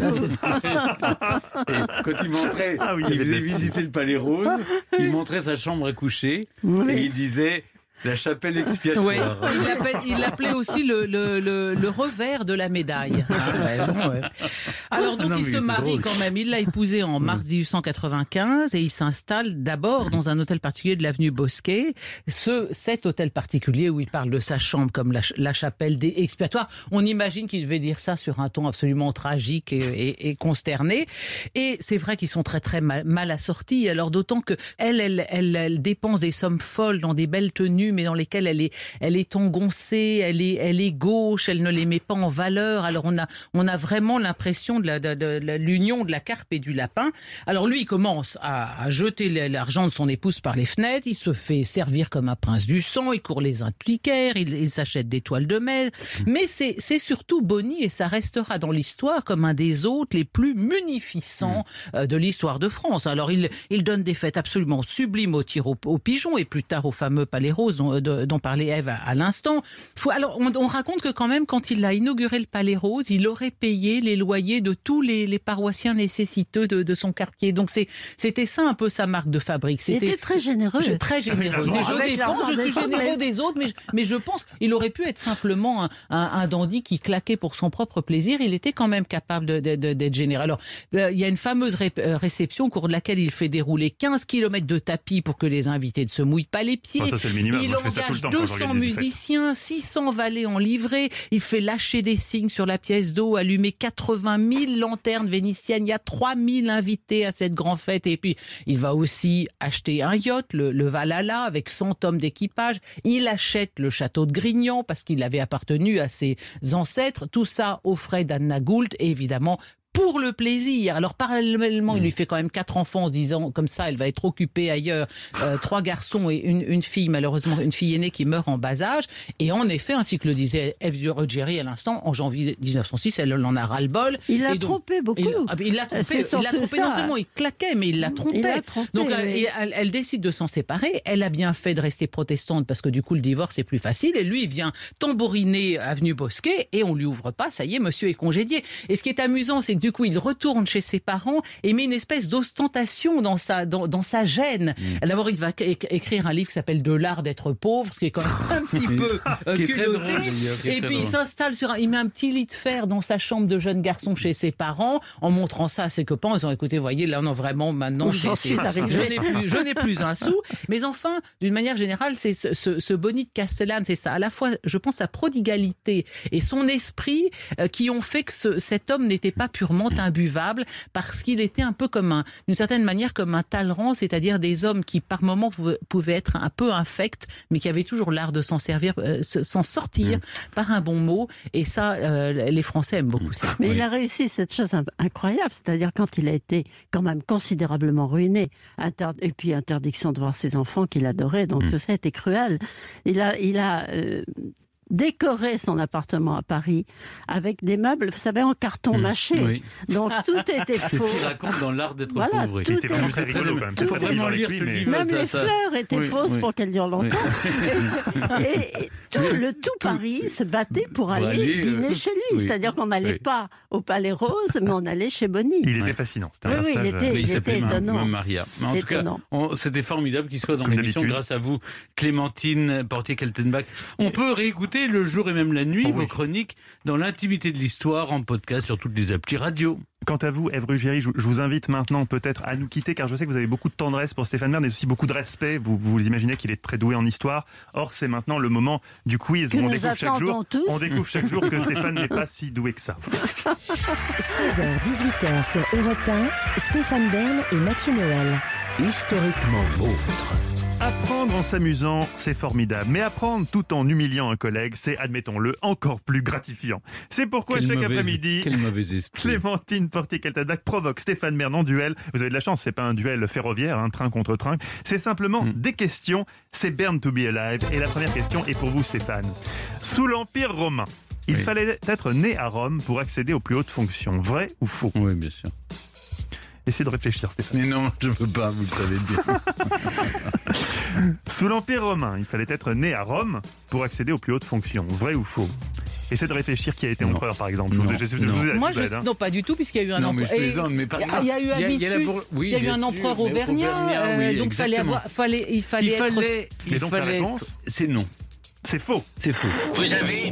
quand il montrait, ah oui, il faisait visiter le Palais Rose, il montrait sa chambre à coucher oui. et il disait... La chapelle expiatoire. Ouais, il, appelle, il l'appelait aussi le, le, le, le revers de la médaille. Ah, ouais, bon, ouais. Alors donc non, il se marie drôle. Quand même. Il l'a épousée en mars dix-huit cent quatre-vingt-quinze et il s'installe d'abord dans un hôtel particulier de l'avenue Bosquet. Ce, cet hôtel particulier où il parle de sa chambre comme la, la chapelle des expiatoires. On imagine qu'il devait dire ça sur un ton absolument tragique et, et, et consterné. Et c'est vrai qu'ils sont très très mal, mal assortis. Alors d'autant que elle, elle, elle, elle dépense des sommes folles dans des belles tenues, mais dans lesquelles elle est, elle est engoncée, elle est, elle est gauche, elle ne les met pas en valeur. Alors on a, on a vraiment l'impression de, la, de, de, de l'union de la carpe et du lapin. Alors lui, il commence à, à jeter l'argent de son épouse par les fenêtres. Il se fait servir comme un prince du sang. Il court les antiquaires. Il, il s'achète des toiles de mer. Mais c'est, c'est surtout Bonnie, et ça restera dans l'histoire comme un des hôtes les plus munificents euh, de l'histoire de France. Alors il, il donne des fêtes absolument sublimes au tir aux, aux pigeons et plus tard au fameux Palais Rose dont, de, dont parlait Ève à, à l'instant. Faut, alors on, on raconte que quand même quand il a inauguré le Palais Rose, il aurait payé les loyers de tous les, les paroissiens nécessiteux de, de son quartier. Donc c'est, c'était ça un peu sa marque de fabrique. C'était il était très généreux. Je, très généreux. Et je dépense, je suis généreux des autres, mais, mais je pense qu'il aurait pu être simplement un, un, un dandy qui claquait pour son propre plaisir. Il était quand même capable de, de, de, d'être généreux. Alors euh, il y a une fameuse ré, euh, réception au cours de laquelle il fait dérouler quinze kilomètres de tapis pour que les invités ne se mouillent pas les pieds. Oh, ça, c'est le minimum. Il Moi, engage deux cents musiciens, six cents valets en livrée. Il fait lâcher des signes sur la pièce d'eau, allumer quatre-vingt mille lanternes vénitiennes. Il y a trois mille invités à cette grande fête. Et puis, il va aussi acheter un yacht, le, le Valhalla, avec cent hommes d'équipage. Il achète le château de Grignan parce qu'il avait appartenu à ses ancêtres. Tout ça aux frais d'Anna Gould et évidemment pour le plaisir. Alors parallèlement, mmh. il lui fait quand même quatre enfants en se disant comme ça, elle va être occupée ailleurs. Euh, trois garçons et une, une fille, malheureusement une fille aînée qui meurt en bas âge. Et en effet, ainsi que le disait Ève de Ruggieri à l'instant, en janvier dix-neuf cent six, elle en a ras-le-bol. Il l'a trompé beaucoup. Il, ah, il l'a trompé, il l'a trompé non seulement il claquait, mais il la trompait. Il l'a trompé, Donc oui. elle, elle décide de s'en séparer. Elle a bien fait de rester protestante parce que du coup le divorce est plus facile. Et lui, il vient tambouriner avenue Bosquet et on lui ouvre pas. Ça y est, monsieur est congédié. Et ce qui est amusant, c'est que du coup, il retourne chez ses parents et met une espèce d'ostentation dans sa, dans, dans sa gêne. Mmh. D'abord, il va é- écrire un livre qui s'appelle De l'art d'être pauvre, ce qui est quand même un petit peu euh, culotté. Et puis, il s'installe sur un, il met un petit lit de fer dans sa chambre de jeune garçon chez ses parents, en montrant ça à ses copains, en disant, écoutez, voyez, là, non, vraiment, maintenant, c'est, c'est, je n'ai plus, je n'ai plus un sou. Mais enfin, d'une manière générale, c'est ce, ce, ce Bonnie de Casselan, c'est ça. À la fois, je pense, sa prodigalité et son esprit euh, qui ont fait que ce, cet homme n'était pas purement imbuvable parce qu'il était un peu comme un, d'une certaine manière comme un Talleyrand, c'est-à-dire des hommes qui par moments pouvaient être un peu infects, mais qui avaient toujours l'art de s'en servir, euh, s'en sortir mmh. par un bon mot. Et ça, euh, les Français aiment beaucoup ça. Mais oui. il a réussi cette chose incroyable, c'est-à-dire quand il a été quand même considérablement ruiné, inter- et puis interdiction de voir ses enfants qu'il adorait, donc mmh. tout ça était cruel. Il a, il a euh, décorer son appartement à Paris avec des meubles, vous savez, en carton mmh, mâché. Oui. Donc tout était faux. C'est ce qu'il raconte dans l'art d'être voilà, pauvre. Tout était vraiment très rigolo quand même. Il faut vraiment lire ce livre. Même ça, les ça... fleurs étaient oui, fausses oui. pour qu'elles durent longtemps. Oui. et, et tout, le tout, tout Paris se battait pour, pour aller, aller dîner euh... chez lui. Oui. C'est-à-dire qu'on n'allait oui. pas au Palais Rose, mais on allait chez Bonnie. Il était fascinant. C'était oui, oui, il était, il était étonnant. Maria. Mais en tout cas, c'était formidable qu'il soit dans l'émission grâce à vous, Clémentine Portier-Keltenbach. On peut réécouter écoutez le jour et même la nuit Oh oui. vos chroniques dans l'intimité de l'histoire en podcast sur toutes les applis radio. Quant à vous, Ève Ruggieri, je je vous invite maintenant peut-être à nous quitter, car je sais que vous avez beaucoup de tendresse pour Stéphane Bern et aussi beaucoup de respect. Vous, vous imaginez qu'il est très doué en histoire. Or, c'est maintenant le moment du quiz Que où on nous découvre chaque attendons jour, tous. on découvre chaque jour que Stéphane n'est pas si doué que ça. seize heures dix-huit heures sur Europe un, Stéphane Bern et Mathieu Noël. Historiquement vôtre. Apprendre en s'amusant, c'est formidable. Mais apprendre tout en humiliant un collègue, c'est, admettons-le, encore plus gratifiant. C'est pourquoi Quel chaque mauvais- après-midi, Quel mauvais esprit. Clémentine Portier-Keltenbach provoque Stéphane Bern en duel. Vous avez de la chance, c'est pas un duel ferroviaire, un train contre train. C'est simplement Mm. des questions. C'est Bern to be alive. Et la première question est pour vous, Stéphane. Sous l'Empire romain, il Oui. fallait être né à Rome pour accéder aux plus hautes fonctions. Vrai ou faux? Oui, bien sûr. Essayez de réfléchir, Stéphane. Mais non, je ne peux pas, vous le savez bien. Sous l'Empire romain, il fallait être né à Rome pour accéder aux plus hautes fonctions. Vrai ou faux? Essayez de réfléchir qui a été Non. empereur, par exemple. Je Non. vous- je- je- je Non. vous ai- Moi, je vous je, aide, hein. non, pas du tout, puisqu'il y a eu un Non, mais je empereur. et- plaisante, mais par Il y a- il y a eu il y a- il y a la Amitius, bour- oui, il y a eu bien un sûr, empereur mais auvergnat, auvergnat, euh, oui, donc fallait exactement. avoir, fallait, il fallait Il être. fallait, il Et donc, la fallait réponse être- c'est non, C'est faux. c'est faux. Vous avez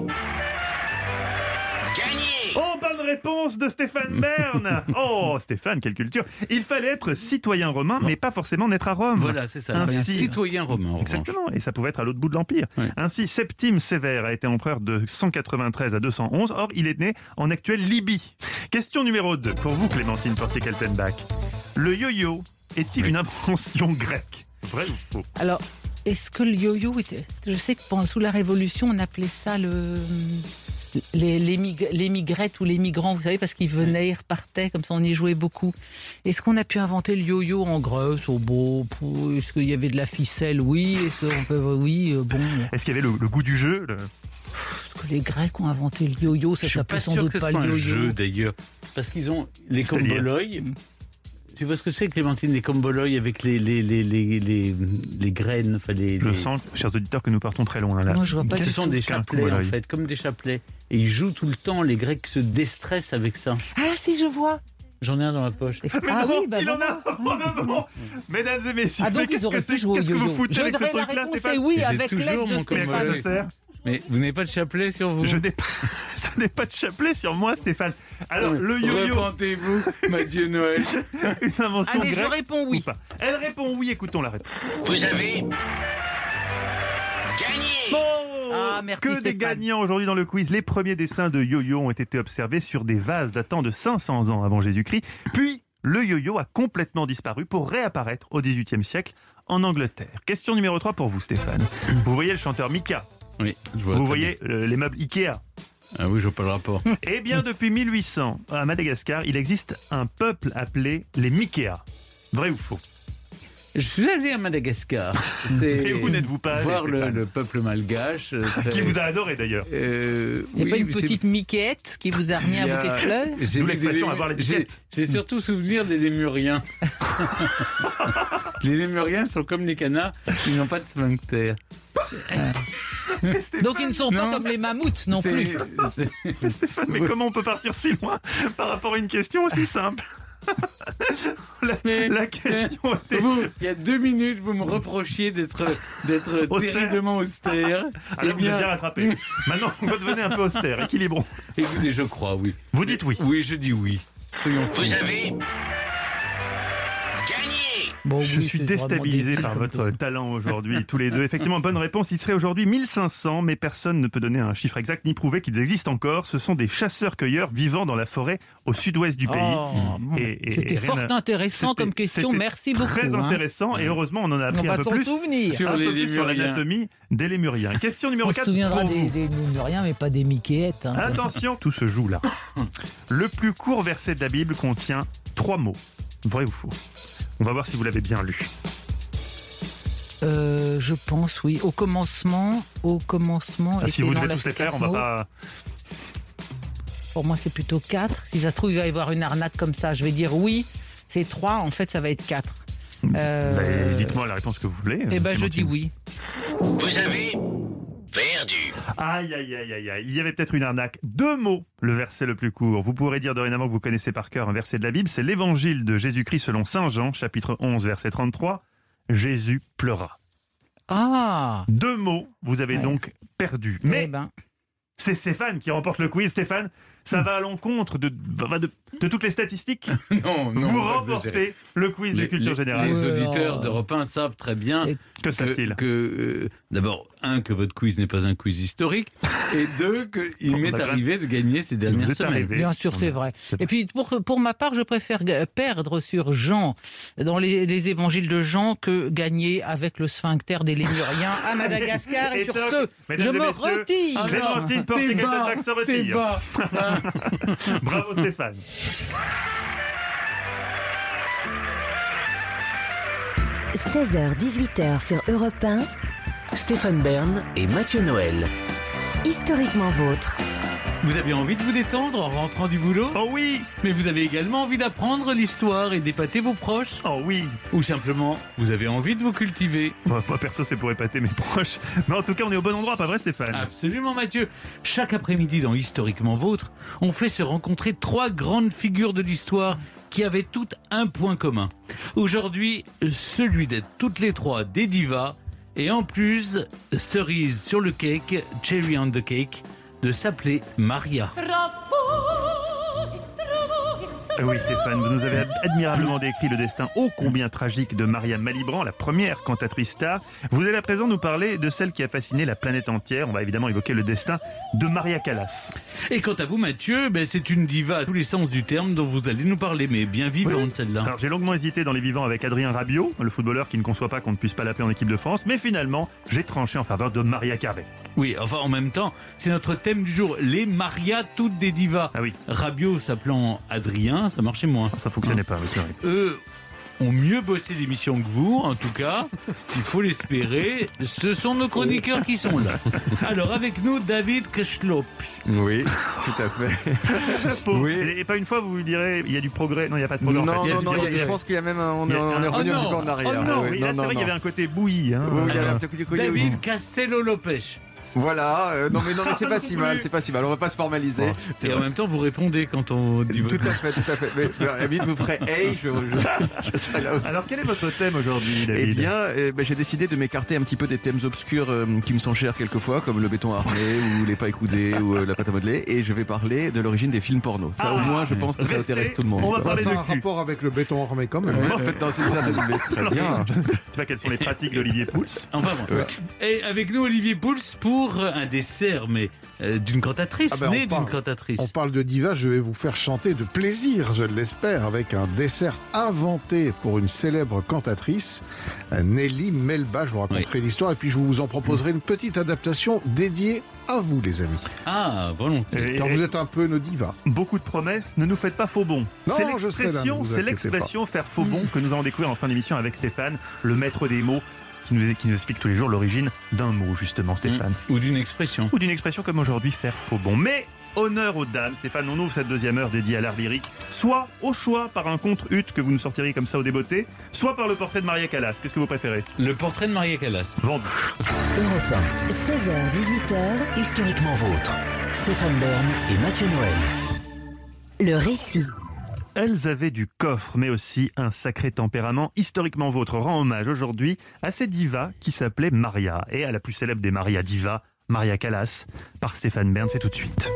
gagné. Oh, bonne réponse de Stéphane Bern. Oh, Stéphane, quelle culture. Il fallait être citoyen romain, mais pas forcément naître à Rome. Voilà, c'est ça. Ainsi- Un citoyen romain, en revanche. Exactement, et ça pouvait être à l'autre bout de l'Empire. Ouais. Ainsi, Septime Sévère a été empereur de cent quatre-vingt-treize à deux cent onze, or il est né en actuelle Libye. Question numéro deux, pour vous Clémentine Portier-Keltenbach. Le yo-yo est-il Oui. une invention grecque? Vrai ou faux? Alors, est-ce que le yo-yo était. Je sais que pendant- sous la Révolution, on appelait ça le. Les, les, mig- les migrettes ou les migrants, vous savez, parce qu'ils venaient, ils repartaient, comme ça on y jouait beaucoup. Est-ce qu'on a pu inventer le yo-yo en Grèce? Oh, bon, pour- est-ce qu'il y avait de la ficelle? Oui. Est-ce qu'on peut. Oui, euh, bon. Est-ce qu'il y avait le, le goût du jeu? le- Est-ce que les Grecs ont inventé le yo-yo? Ça Je suis s'appelait pas sans sûr doute que ce pas soit le un yo-yo. jeu d'ailleurs, parce qu'ils ont les C'est-à-dire comboloïs. Tu vois ce que c'est, Clémentine, les comboloïs avec les les les les les, les graines, enfin les. Je les- sens, chers auditeurs, que nous partons très loin là. Moi, je vois pas Ce du sont tout. des Qu'un chapelets en comboloï. fait, comme des chapelets. Et ils jouent tout le temps. Les Grecs se déstressent avec ça. Ah, si, je vois. J'en ai un dans la poche. Mais Ah non, oui, bah il en voilà. a un probablement. Mesdames et messieurs, Ah, donc mais ils qu'est-ce auraient que pu c'est? jouer au Qu'est-ce que vous yo-yo. foutez Je avec ce dirais la truc-là, réponse Stéphane? est oui, J'ai avec toujours l'aide de mon Mais à quoi Stéphane. ça sert? Mais vous n'avez pas de chapelet sur vous? Je n'ai pas, je n'ai pas de chapelet sur moi, Stéphane. Alors, le yo-yo, Repentez-vous, Mathieu Noël. une invention Allez, je grecque réponds ou oui. pas? Elle répond oui, écoutons la réponse. Vous avez gagné. Oh, Ah, merci, que des Stéphane. gagnants aujourd'hui dans le quiz. Les premiers dessins de yo-yo ont été observés sur des vases datant de cinq cents ans avant Jésus-Christ. Puis, le yo-yo a complètement disparu pour réapparaître au dix-huitième siècle en Angleterre. Question numéro trois pour vous, Stéphane. Vous voyez le chanteur Mika? Oui, je vois. Vous très voyez euh, les meubles Ikea? bien. Ah oui, je vois pas le rapport. Eh bien, depuis mille huit cents, à Madagascar, il existe un peuple appelé les Mikéas. Vrai ou faux? Je suis allé à Madagascar. C'est Et où n'êtes-vous pas allé, voir le, Stéphane le peuple malgache. euh, Qui très- vous a adoré d'ailleurs. Euh, Il n'y a oui, pas une mais c'est- petite miquette qui vous a remis un Il y a- bouquet de fleurs? J'ai D'où vu l'expression des- avoir les j'ai- biquettes. J'ai surtout souvenir des lémuriens. Les lémuriens sont comme les canards, ils n'ont pas de sphincter. Donc ils ne sont pas Non. comme les mammouths non C'est- plus. c'est- Stéphane, mais comment on peut partir si loin par rapport à une question aussi simple? la, Mais- la question était... Vous, il y a deux minutes, vous me reprochiez d'être d'être Austère. terriblement austère. Alors, Eh vous êtes bien rattrapé. Maintenant, redevenez un peu austère, équilibrons. écoutez, je crois, oui. Vous dites oui. Oui, je dis oui. Soyons fous. Vous avez gagné. Bon, Je oui, suis c'est vraiment déstabilisé débile par comme votre question. talent aujourd'hui, tous les deux. Effectivement, bonne réponse. Il serait aujourd'hui mille cinq cents, mais personne ne peut donner un chiffre exact ni prouver qu'ils existent encore. Ce sont des chasseurs-cueilleurs vivant dans la forêt au sud-ouest du pays. Oh, bon. Et- et- C'était et fort rien à- intéressant C'était- comme question. c'était Merci beaucoup. Très hein. intéressant, et heureusement, on en a On appris un va peu s'en plus souvenir. Sur un les peu plus sur lémuriens. l'anatomie des lémuriens. Question numéro On se quatre souviendra pour des, vous. des lémuriens, mais pas des miquettes. hein. Attention, tout se joue là. Le plus court verset de la Bible contient trois mots. Vrai ou faux? On va voir si vous l'avez bien lu. Euh, je pense, oui. Au commencement, au commencement. Ah, et si c'est vous dans devez la tous les faire, on va quatre pas... Pour moi, c'est plutôt quatre. Si ça se trouve, il va y avoir une arnaque comme ça. Je vais dire oui, c'est trois. En fait, ça va être quatre. Euh, Ben, dites-moi la réponse que vous voulez. Eh ben, je dis Clémentine. oui. Vous avez perdu. Aïe, aïe, aïe, aïe, aïe. Il y avait peut-être une arnaque. Deux mots, le verset le plus court. Vous pourrez dire dorénavant que vous connaissez par cœur un verset de la Bible. C'est l'évangile de Jésus-Christ selon saint Jean, chapitre onze, verset trente-trois. Jésus pleura. Ah. Deux mots, vous avez Ouais. donc perdu. Eh Mais ben, c'est Stéphane qui remporte le quiz. Stéphane, ça va à l'encontre de, de, de- de toutes les statistiques. Non, non, Vous on va exagérer. remportez le quiz de Les- culture les- générale. Les Ouais, auditeurs alors. d'Europe un savent très bien Et- Que que, savent-ils que, euh, d'abord, un, que votre quiz n'est pas un quiz historique, et deux, qu'il m'est d'accord. arrivé de gagner ces dernières Vous êtes semaines. arrivé. bien sûr, c'est vrai. Et puis, pour, pour ma part, je préfère ga- perdre sur Jean, dans les, les évangiles de Jean, que gagner avec le sphincter des Lémuriens à Madagascar. Et, Et sur toc, ce, mesdames je et me messieurs, retire. Ah, Clémentine Porte-Catallac se retire. bas. Bravo Stéphane. seize heures dix-huit heures sur Europe un, Stéphane Bern et Mathieu Noël. historiquement vôtre. Vous avez envie de vous détendre en rentrant du boulot, Oh oui, mais vous avez également envie d'apprendre l'histoire et d'épater vos proches. oh oui. Ou simplement, vous avez envie de vous cultiver. Moi, moi, perso, c'est pour épater mes proches. Mais en tout cas, on est au bon endroit, pas vrai Stéphane? Absolument, Mathieu. Chaque après-midi dans Historiquement Vôtre, on fait se rencontrer trois grandes figures de l'histoire qui avaient toutes un point commun. Aujourd'hui, celui d'être toutes les trois des divas et en plus, cerise sur le cake, cherry on the cake, de s'appeler Maria. Euh, Oui Stéphane, vous nous avez admirablement décrit le destin ô combien tragique de Maria Malibran, la première cantatrice star. Vous allez à présent nous parler de celle qui a fasciné la planète entière. On va évidemment évoquer le destin de Maria Callas. Et quant à vous, Mathieu, ben c'est une diva à tous les sens du terme dont vous allez nous parler, mais bien vivante celle-là. Alors j'ai longuement hésité dans les vivants avec Adrien Rabiot, le footballeur qui ne conçoit pas qu'on ne puisse pas l'appeler en équipe de France, mais finalement j'ai tranché en faveur de Maria Carré. Oui, enfin en même temps, c'est notre thème du jour, les Maria toutes des divas. Ah oui, Rabiot s'appelant Adrien, ça marchait moins. ça fonctionnait pas, oui, c'est vrai. Eux ont mieux bossé l'émission que vous, en tout cas, il faut l'espérer. Ce sont nos chroniqueurs qui sont là. Alors avec nous, David Kechlop. Oui, tout à fait. Pauvre. Oui. Et, et pas une fois vous lui direz il y a du progrès. Non, il n'y a pas de progrès. Non, en fait. Il y a non, du non, il y a- progrès. je pense qu'il y a même un, on, Il y est- a on est un- revenu Oh un non, petit peu en arrière. oh non, oui, Oui, là, c'est vrai qu'il y avait un côté bouilli. Hein. Oui, il y avait un Euh, petit coup de couille. David Castello-Lopez. Voilà, euh, non mais non mais c'est pas si mal, c'est pas si mal, on va pas se formaliser. Et en même temps, vous répondez quand on dit Tout votre... à fait, tout à fait. Mais, mais à la limite, vous ferez hey, je, je, je serai là aussi. Alors quel est votre thème aujourd'hui, David? Eh bien, euh, ben, j'ai décidé de m'écarter un petit peu des thèmes obscurs euh, qui me sont chers quelquefois, comme le béton armé ou les pailles coudées ou euh, la pâte à modeler, et je vais parler de l'origine des films porno. Ça, Ah, au moins, je pense que ça restez, intéresse tout le monde. on va quoi. parler Ça a de un cul. rapport avec le béton armé quand même. Oui, en fait, dans une certaine limite, très bien. Je ne sais pas quelles sont les pratiques d'Olivier Pouls. Enfin bon. Et avec nous, Olivier Pouls pour un dessert, mais euh, d'une cantatrice, Ah ben, on née d'une parle- cantatrice. On parle de diva, je vais vous faire chanter de plaisir, je l'espère, avec un dessert inventé pour une célèbre cantatrice, Nelly Melba. Je vous raconterai l'histoire et puis je vous en proposerai une petite adaptation dédiée à vous, les amis. Ah, volontiers. Et- Car et- vous êtes un peu nos divas. Beaucoup de promesses, ne nous faites pas faux bon. Non, C'est je serai là, ne l'expression, vous c'est inquiétez l'expression faire faux bon que nous allons découvrir en fin d'émission avec Stéphane, le maître des mots, qui nous, qui nous explique tous les jours l'origine d'un mot, justement, Stéphane. Ou d'une expression. Ou d'une expression comme aujourd'hui, faire faux bon. Mais honneur aux dames, Stéphane, on ouvre cette deuxième heure dédiée à l'art lyrique, soit au choix par un conte hut que vous nous sortiriez comme ça au débeauté, soit par le portrait de Maria Callas. Qu'est-ce que vous préférez? Le portrait de Maria Callas. Vendu. Europe un, seize heures dix-huit heures, Historiquement vôtre. Stéphane Bern et Mathieu Noël. le récit. Elles avaient du coffre, mais aussi un sacré tempérament. Historiquement Vôtre rend hommage aujourd'hui à cette diva qui s'appelait Maria, et à la plus célèbre des Maria divas, Maria Callas, par Stéphane Bern. C'est tout de suite.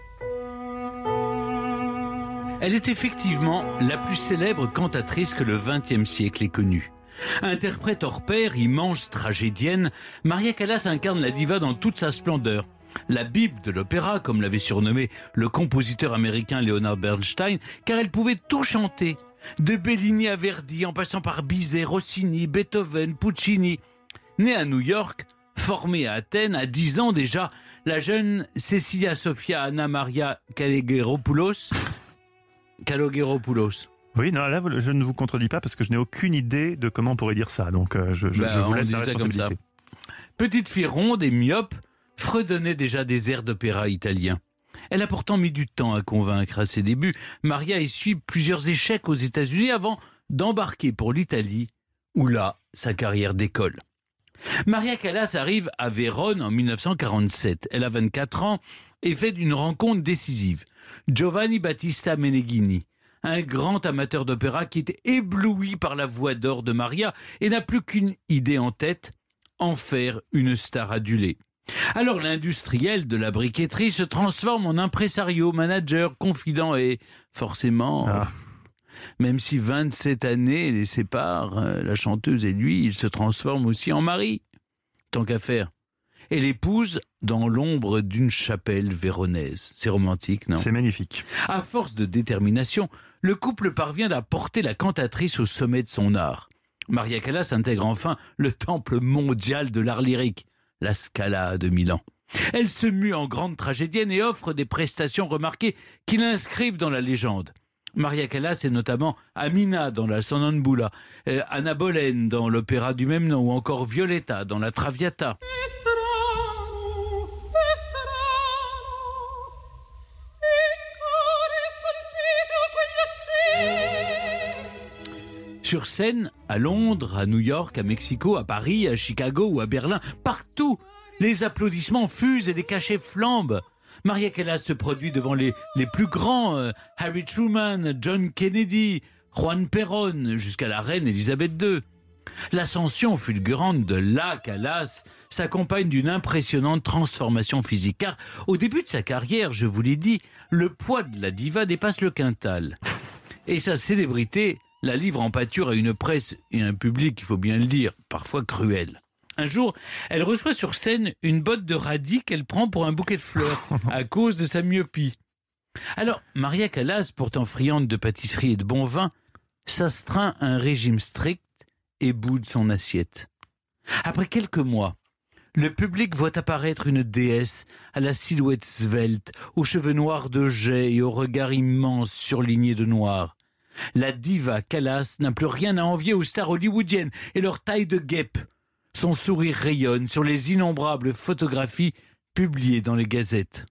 Elle est effectivement la plus célèbre cantatrice que le vingtième siècle ait connue. Interprète hors pair, immense tragédienne, Maria Callas incarne la diva dans toute sa splendeur. La Bible de l'opéra, comme l'avait surnommé le compositeur américain Leonard Bernstein, car elle pouvait tout chanter. De Bellini à Verdi, en passant par Bizet, Rossini, Beethoven, Puccini. Née à New York, formée à Athènes, à dix ans déjà, la jeune Cecilia Sophia Anna Maria Kalogeropoulos... Kalogeropoulos. Oui, non, là, je ne vous contredis pas parce que je n'ai aucune idée de comment on pourrait dire ça. Donc, euh, je, je, Ben, je vous on laisse dit la ça comme ça. responsabilité. Petite fille ronde et myope, fredonnait déjà des airs d'opéra italien. Elle a pourtant mis du temps à convaincre à ses débuts. Maria essuie plusieurs échecs aux États-Unis avant d'embarquer pour l'Italie, où là, sa carrière décolle. Maria Callas arrive à Vérone en mille neuf cent quarante-sept. Elle a vingt-quatre ans et fait une rencontre décisive. Giovanni Battista Meneghini, un grand amateur d'opéra qui était ébloui par la voix d'or de Maria et n'a plus qu'une idée en tête, en faire une star adulée. Alors l'industriel de la briqueterie se transforme en impresario, manager, confident et forcément, ah. même si vingt-sept années les séparent, la chanteuse et lui, il se transforme aussi en mari. Tant qu'à faire. Et l'épouse dans l'ombre d'une chapelle véronaise. C'est romantique, non ? C'est magnifique. À force de détermination, le couple parvient à porter la cantatrice au sommet de son art. Maria Callas intègre enfin le temple mondial de l'art lyrique, la Scala de Milan. Elle se mue en grande tragédienne et offre des prestations remarquées qui l'inscrivent dans la légende. Maria Callas est notamment Amina dans la Sonnambula, euh, Anna Boleyn dans l'opéra du même nom ou encore Violetta dans la Traviata. Sur scène, à Londres, à New York, à Mexico, à Paris, à Chicago ou à Berlin, partout, les applaudissements fusent et les cachets flambent. Maria Callas se produit devant les, les plus grands, euh, Harry Truman, John Kennedy, Juan Perón, jusqu'à la reine Elisabeth deux. L'ascension fulgurante de la Callas s'accompagne d'une impressionnante transformation physique, car au début de sa carrière, je vous l'ai dit, le poids de la diva dépasse le quintal. Et sa célébrité la livre en pâture à une presse et un public, il faut bien le dire, parfois cruel. Un jour, elle reçoit sur scène une botte de radis qu'elle prend pour un bouquet de fleurs, à cause de sa myopie. Alors, Maria Callas, pourtant friande de pâtisserie et de bon vin, s'astreint à un régime strict et boude son assiette. Après quelques mois, le public voit apparaître une déesse à la silhouette svelte, aux cheveux noirs de jais et au regard immense surligné de noir. La diva Callas n'a plus rien à envier aux stars hollywoodiennes et leur taille de guêpe. Son sourire rayonne sur les innombrables photographies publiées dans les gazettes.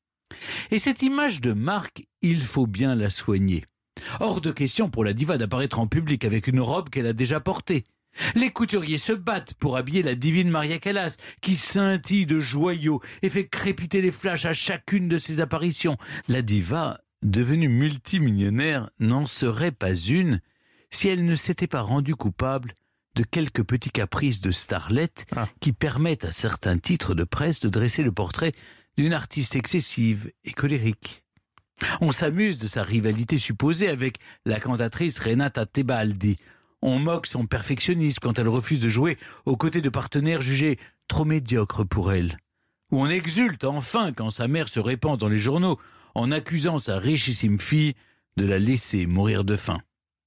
Et cette image de marque, il faut bien la soigner. Hors de question pour la diva d'apparaître en public avec une robe qu'elle a déjà portée. Les couturiers se battent pour habiller la divine Maria Callas, qui scintille de joyaux et fait crépiter les flashs à chacune de ses apparitions. La diva, devenue multimillionnaire, n'en serait pas une si elle ne s'était pas rendue coupable de quelques petits caprices de starlette ah. qui permettent à certains titres de presse de dresser le portrait d'une artiste excessive et colérique. On s'amuse de sa rivalité supposée avec la cantatrice Renata Tebaldi. On moque son perfectionnisme quand elle refuse de jouer aux côtés de partenaires jugés trop médiocres pour elle. Ou on exulte enfin quand sa mère se répand dans les journaux en accusant sa richissime fille de la laisser mourir de faim.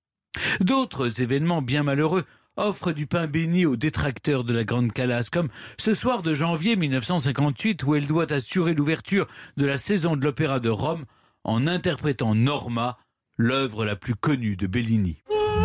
D'autres événements bien malheureux offrent du pain béni aux détracteurs de la grande Callas, comme ce soir de janvier mille neuf cent cinquante-huit où elle doit assurer l'ouverture de la saison de l'Opéra de Rome en interprétant Norma, l'œuvre la plus connue de Bellini.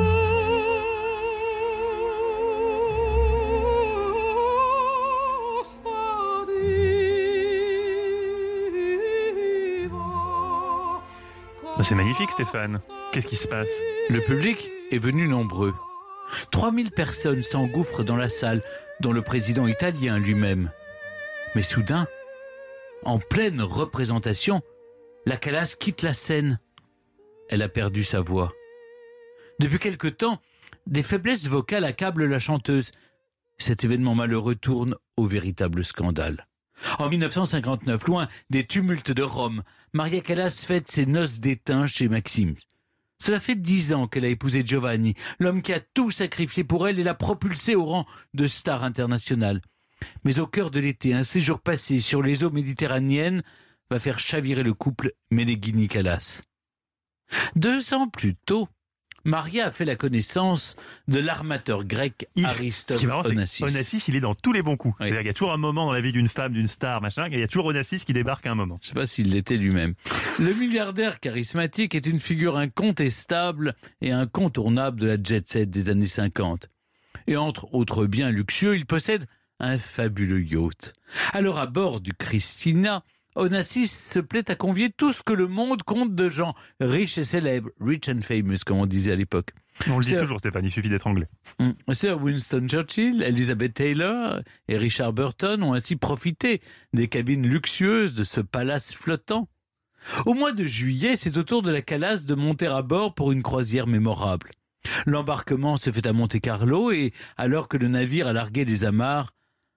C'est magnifique, Stéphane. Qu'est-ce qui se passe ? Le public est venu nombreux. trois mille personnes s'engouffrent dans la salle, dont le président italien lui-même. Mais soudain, en pleine représentation, la Callas quitte la scène. Elle a perdu sa voix. Depuis quelque temps, des faiblesses vocales accablent la chanteuse. Cet événement malheureux tourne au véritable scandale. En mille neuf cent cinquante-neuf, loin des tumultes de Rome, Maria Callas fête ses noces d'étain chez Maxime. Cela fait dix ans qu'elle a épousé Giovanni, l'homme qui a tout sacrifié pour elle et l'a propulsée au rang de star internationale. Mais au cœur de l'été, un séjour passé sur les eaux méditerranéennes va faire chavirer le couple Meneghini-Callas. Deux ans plus tôt, Maria a fait la connaissance de l'armateur grec il, Aristote marrant, Onassis. Onassis, il est dans tous les bons coups. Oui. Il y a toujours un moment dans la vie d'une femme, d'une star, machin, il y a toujours Onassis qui débarque à un moment. Je ne sais pas s'il l'était lui-même. Le milliardaire charismatique est une figure incontestable et incontournable de la jet-set des années cinquante. Et entre autres biens luxueux, il possède un fabuleux yacht. Alors à bord du Christina, Onassis se plaît à convier tout ce que le monde compte de gens riches et célèbres, rich and famous, comme on disait à l'époque. On le dit Sir... toujours, Stéphane, il suffit d'être anglais. Sir Winston Churchill, Elizabeth Taylor et Richard Burton ont ainsi profité des cabines luxueuses de ce palace flottant. Au mois de juillet, c'est au tour de la Callas de monter à bord pour une croisière mémorable. L'embarquement se fait à Monte-Carlo et, alors que le navire a largué les amarres,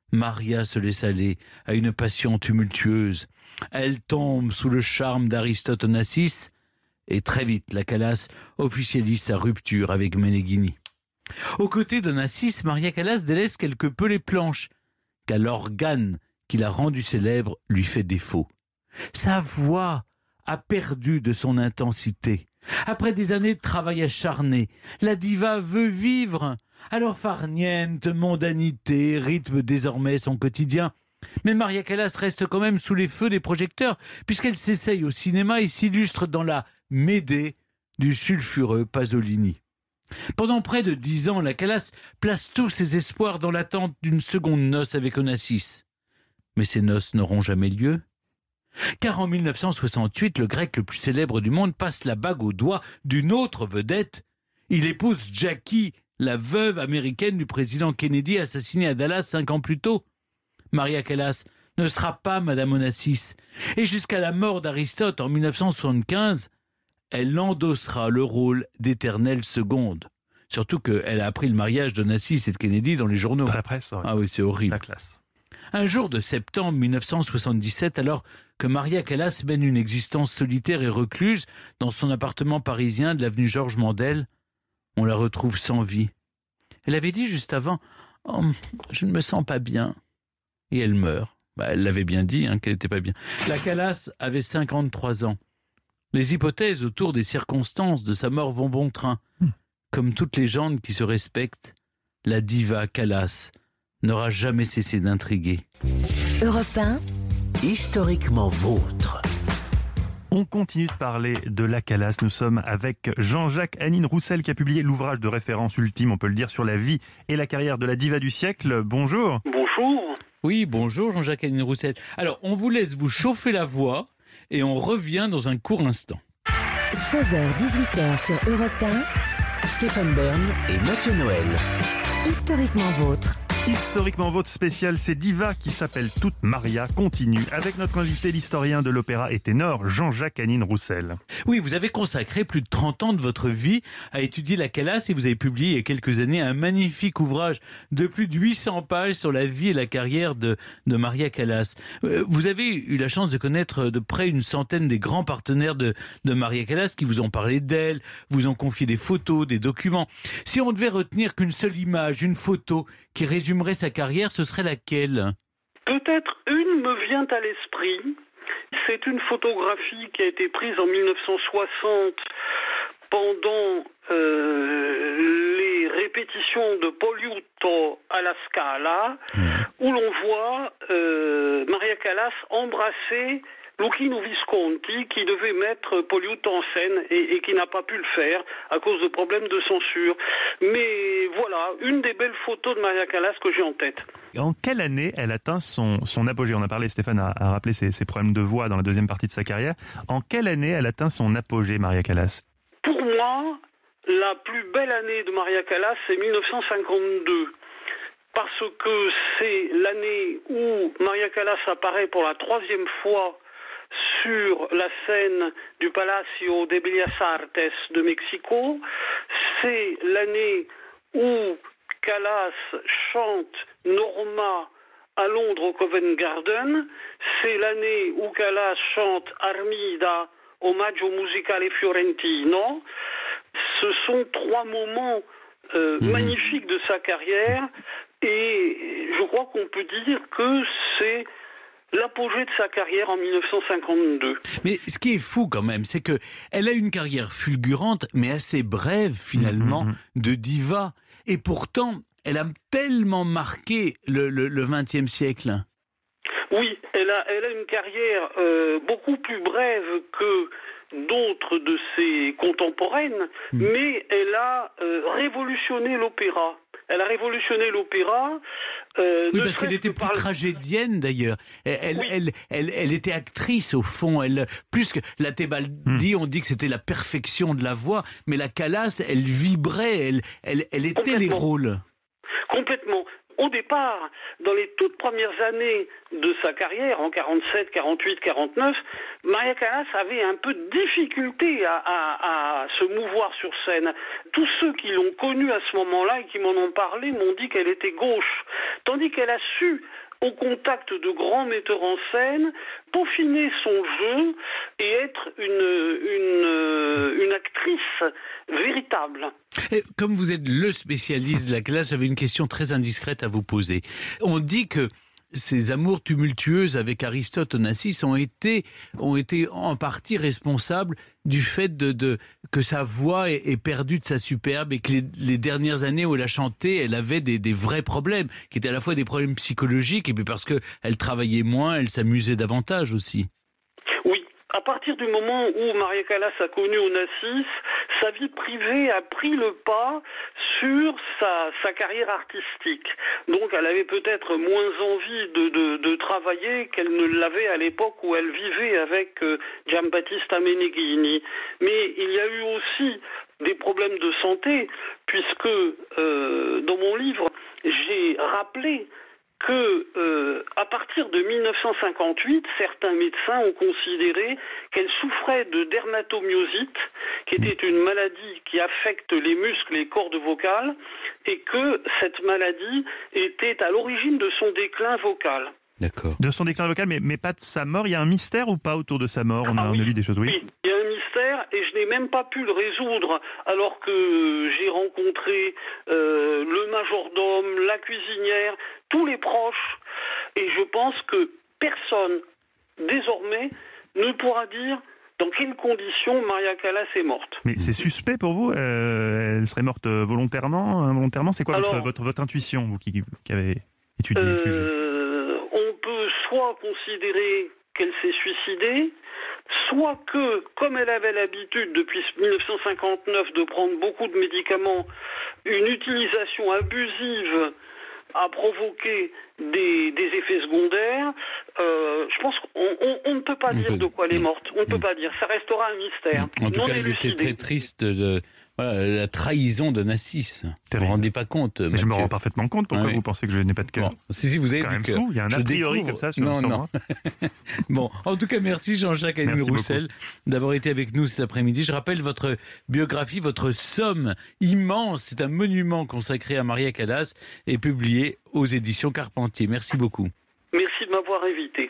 Maria se laisse aller à une passion tumultueuse. Elle tombe sous le charme d'Aristote Onassis et très vite la Callas officialise sa rupture avec Meneghini. Aux côtés d'Onassis, Maria Callas délaisse quelque peu les planches, car l'organe qui l'a rendue célèbre lui fait défaut. Sa voix a perdu de son intensité. Après des années de travail acharné, la diva veut vivre. Alors farniente, mondanité rythme désormais son quotidien. Mais Maria Callas reste quand même sous les feux des projecteurs, puisqu'elle s'essaye au cinéma et s'illustre dans la Médée du sulfureux Pasolini. Pendant près de dix ans, la Callas place tous ses espoirs dans l'attente d'une seconde noce avec Onassis. Mais ces noces n'auront jamais lieu. Car en mille neuf cent soixante-huit, le grec le plus célèbre du monde passe la bague au doigt d'une autre vedette. Il épouse Jackie, la veuve américaine du président Kennedy assassinée à Dallas cinq ans plus tôt. Maria Callas ne sera pas Madame Onassis. Et jusqu'à la mort d'Aristote en mille neuf cent soixante-quinze, elle endossera le rôle d'éternelle seconde. Surtout qu'elle a appris le mariage d'Onassis et de Kennedy dans les journaux. Très presse, ouais. Ah oui, c'est horrible. La classe. Un jour de septembre mille neuf cent soixante-dix-sept, alors que Maria Callas mène une existence solitaire et recluse dans son appartement parisien de l'avenue Georges Mandel, on la retrouve sans vie. Elle avait dit juste avant « Oh, je ne me sens pas bien ». Et elle meurt. Bah, elle l'avait bien dit, hein, qu'elle n'était pas bien. La Callas avait cinquante-trois ans. Les hypothèses autour des circonstances de sa mort vont bon train. Comme toutes les gens qui se respectent, la diva Callas n'aura jamais cessé d'intriguer. Europe un, Historiquement vôtre. On continue de parler de la Callas. Nous sommes avec Jean-Jacques Anine Roussel qui a publié l'ouvrage de référence ultime, on peut le dire, sur la vie et la carrière de la diva du siècle. Bonjour. Bonjour. Oui, bonjour Jean-Jacques Anine Roussel. Alors, on vous laisse vous chauffer la voix et on revient dans un court instant. seize heures dix-huit heures sur Europe un, Stéphane Bern et Mathieu Noël. Historiquement vôtre. Historiquement votre spécial, c'est Diva qui s'appelle toute Maria, continue avec notre invité, l'historien de l'opéra et ténor, Jean-Jacques Anine Roussel. Oui, vous avez consacré plus de trente ans de votre vie à étudier la Callas et vous avez publié il y a quelques années un magnifique ouvrage de plus de huit cents pages sur la vie et la carrière de, de Maria Callas. Vous avez eu la chance de connaître de près une centaine des grands partenaires de, de Maria Callas qui vous ont parlé d'elle, vous ont confié des photos, des documents. Si on devait retenir qu'une seule image, une photo qui résumerait sa carrière, ce serait laquelle ? Peut-être une me vient à l'esprit. C'est une photographie qui a été prise en mille neuf cent soixante pendant euh, les répétitions de Poliuto alla Scala, mmh. où l'on voit euh, Maria Callas embrasser Luchino Visconti, qui devait mettre Poliuto en scène et, et qui n'a pas pu le faire à cause de problèmes de censure. Mais voilà, une des belles photos de Maria Callas que j'ai en tête. En quelle année elle atteint son, son apogée ? On a parlé, Stéphane a, a rappelé ses, ses problèmes de voix dans la deuxième partie de sa carrière. En quelle année elle atteint son apogée, Maria Callas ? Pour moi, la plus belle année de Maria Callas, c'est mille neuf cent cinquante-deux. Parce que c'est l'année où Maria Callas apparaît pour la troisième fois sur la scène du Palacio de Bellas Artes de Mexico. C'est l'année où Callas chante Norma à Londres au Covent Garden. C'est l'année où Callas chante Armida, Omaggio Musicale Fiorentino. Ce sont trois moments euh, mmh. magnifiques de sa carrière et je crois qu'on peut dire que c'est l'apogée de sa carrière en mille neuf cent cinquante-deux. Mais ce qui est fou quand même, c'est que elle a une carrière fulgurante, mais assez brève finalement, mmh. de diva. Et pourtant, elle a tellement marqué le, le, le vingtième siècle. Oui, elle a, elle a une carrière euh, beaucoup plus brève que d'autres de ses contemporaines, mmh. mais elle a euh, révolutionné l'opéra. Elle a révolutionné l'opéra. Euh, oui, parce qu'elle était plus par... tragédienne d'ailleurs. Elle, elle, oui. elle, elle, elle était actrice au fond. Elle, plus que la Tebaldi, mmh. on dit que c'était la perfection de la voix, mais la Callas, elle vibrait, elle, elle, elle était les rôles. Complètement. au départ, dans les toutes premières années de sa carrière, en quarante-sept, quarante-huit, quarante-neuf, Maria Callas avait un peu de difficulté à, à, à se mouvoir sur scène. Tous ceux qui l'ont connue à ce moment-là et qui m'en ont parlé m'ont dit qu'elle était gauche, tandis qu'elle a su, au contact de grands metteurs en scène, peaufiner son jeu et être une, une, une actrice véritable. Et comme vous êtes le spécialiste de la classe, j'avais une question très indiscrète à vous poser. On dit que ces amours tumultueuses avec Aristote Onassis ont été, ont été en partie responsables du fait de, de, que sa voix est, est perdue de sa superbe et que les, les dernières années où elle a chanté, elle avait des, des vrais problèmes, qui étaient à la fois des problèmes psychologiques et puis parce qu'elle travaillait moins, elle s'amusait davantage aussi. Oui. À partir du moment où Maria Callas a connu Onassis, sa vie privée a pris le pas sur sa, sa carrière artistique. Donc elle avait peut-être moins envie de, de, de travailler qu'elle ne l'avait à l'époque où elle vivait avec euh, Giambattista Meneghini. Mais il y a eu aussi des problèmes de santé, puisque euh, dans mon livre, j'ai rappelé que euh, à partir de mille neuf cent cinquante-huit, certains médecins ont considéré qu'elle souffrait de dermatomyosite, qui était une maladie qui affecte les muscles et les cordes vocales, et que cette maladie était à l'origine de son déclin vocal. D'accord. De son déclin vocal, mais, mais pas de sa mort. Il y a un mystère ou pas autour de sa mort? On a, ah, on oui. a lu des choses, oui. Oui, il y a un mystère et je n'ai même pas pu le résoudre alors que j'ai rencontré euh, le majordome, la cuisinière, tous les proches. Et je pense que personne, désormais, ne pourra dire dans quelles conditions Maria Callas est morte. Mais c'est suspect pour vous? euh, Elle serait morte volontairement, involontairement? C'est quoi Alors, votre, votre, votre intuition, vous qui, qui avez étudié le sujet? euh, On peut soit considérer qu'elle s'est suicidée, soit que, comme elle avait l'habitude depuis mille neuf cent cinquante-neuf de prendre beaucoup de médicaments, une utilisation abusive a provoqué des, des effets secondaires. Euh, je pense qu'on on, on ne peut pas dire de quoi elle est morte. On ne peut pas dire. Ça restera un mystère. En tout non cas, elle élucidé. était très triste de voilà, la trahison d'Onassis. Vous ne vous rendez pas compte, Mais Mathieu. je me rends parfaitement compte. Pourquoi Oui. vous pensez que je n'ai pas de cœur? Bon, si, si, vous avez C'est quand du même cœur. fou, il y a un Je a priori découvre- comme ça sur Non, sur non. moi. Bon, en tout cas, merci Jean-Jacques Aline Merci Roussel d'avoir été avec nous cet après-midi. Je rappelle votre biographie, votre somme immense. C'est un monument consacré à Maria Callas et publié aux éditions Carpentier. Merci beaucoup. Merci de m'avoir invité.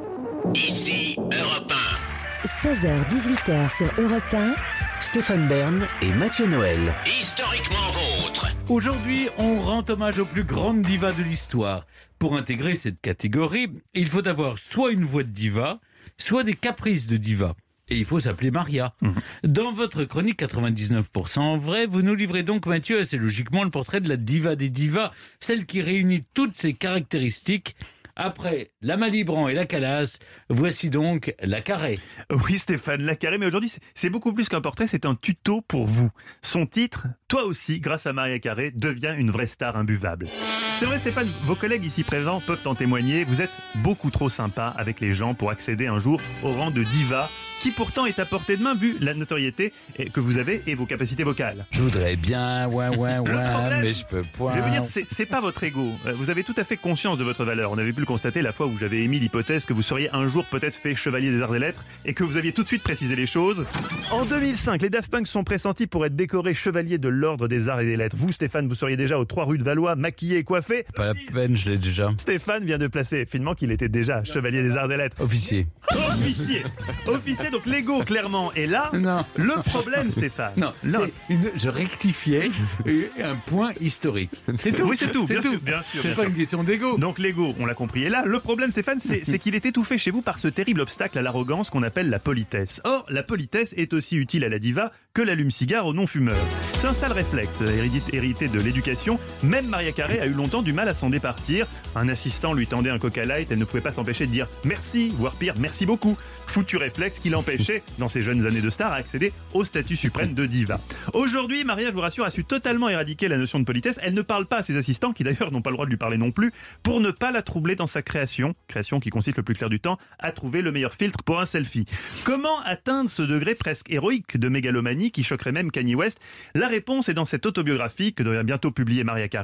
Ici Europe un. seize heures dix-huit heures sur Europe un. Stéphane Bern et Mathieu Noël. Historiquement vôtre. Aujourd'hui, on rend hommage aux plus grandes divas de l'histoire. Pour intégrer cette catégorie, il faut avoir soit une voix de diva, soit des caprices de diva. Et il faut s'appeler Maria. Mmh. Dans votre chronique quatre-vingt-dix-neuf pour cent vrai, vous nous livrez donc, Mathieu, assez logiquement le portrait de la diva des divas, celle qui réunit toutes ses caractéristiques. Après la Malibran et la Callas, voici donc la Carré. Oui Stéphane, la Carré, mais aujourd'hui c'est- c'est beaucoup plus qu'un portrait, c'est un tuto pour vous. Son titre, toi aussi, grâce à Maria Carré, deviens une vraie star imbuvable. C'est vrai Stéphane, vos collègues ici présents peuvent en témoigner, vous êtes beaucoup trop sympa avec les gens pour accéder un jour au rang de diva, qui pourtant est à portée de main vu la notoriété que vous avez et vos capacités vocales. Je voudrais bien, ouais, ouais, ouais, problème, mais je peux point. Je vais vous dire, c'est, c'est pas votre ego. Euh, Vous avez tout à fait conscience de votre valeur. On avait pu le constater la fois où j'avais émis l'hypothèse que vous seriez un jour peut-être fait chevalier des arts et lettres et que vous aviez tout de suite précisé les choses. En deux mille cinq, les Daft Punk sont pressentis pour être décorés chevalier de l'ordre des arts et des lettres. Vous, Stéphane, vous seriez déjà aux trois rues de Valois, maquillé et coiffé. Pas la peine, je l'ai déjà. Stéphane vient de placer finement qu'il était déjà chevalier des arts et des lettres. Officier. Officier Officier, donc l'ego, clairement, est là. Non. Le problème, Stéphane. Non, c'est une- je rectifiais un point historique. C'est tout. Oui, c'est tout, bien tout. sûr, bien sûr, C'est bien pas sûr. une question d'ego. Donc l'ego, on l'a compris. Et là, le problème, Stéphane, c'est, c'est qu'il est étouffé chez vous par ce terrible obstacle à l'arrogance qu'on appelle la politesse. Or, la politesse est aussi utile à la diva que l'allume-cigare aux non-fumeurs. C'est un sale réflexe hérité, hérité de l'éducation. Même Maria Carré a eu longtemps du mal à s'en départir. Un assistant lui tendait un Coca Light, elle ne pouvait pas s'empêcher de dire merci, voire pire, merci beaucoup. Foutu réflexe qui l'empêchait, dans ses jeunes années de star, à accéder au statut suprême de diva. Aujourd'hui, Maria, je vous rassure, a su totalement éradiquer la notion de politesse. Elle ne parle pas à ses assistants, qui d'ailleurs n'ont pas le droit de lui parler non plus, pour ne pas la troubler dans sa création, création qui consiste le plus clair du temps à trouver le meilleur filtre pour un selfie. Comment atteindre ce degré presque héroïque de mégalomanie qui choquerait même Kanye West? La réponse est dans cette autobiographie que devrait bientôt publier Maria Carré,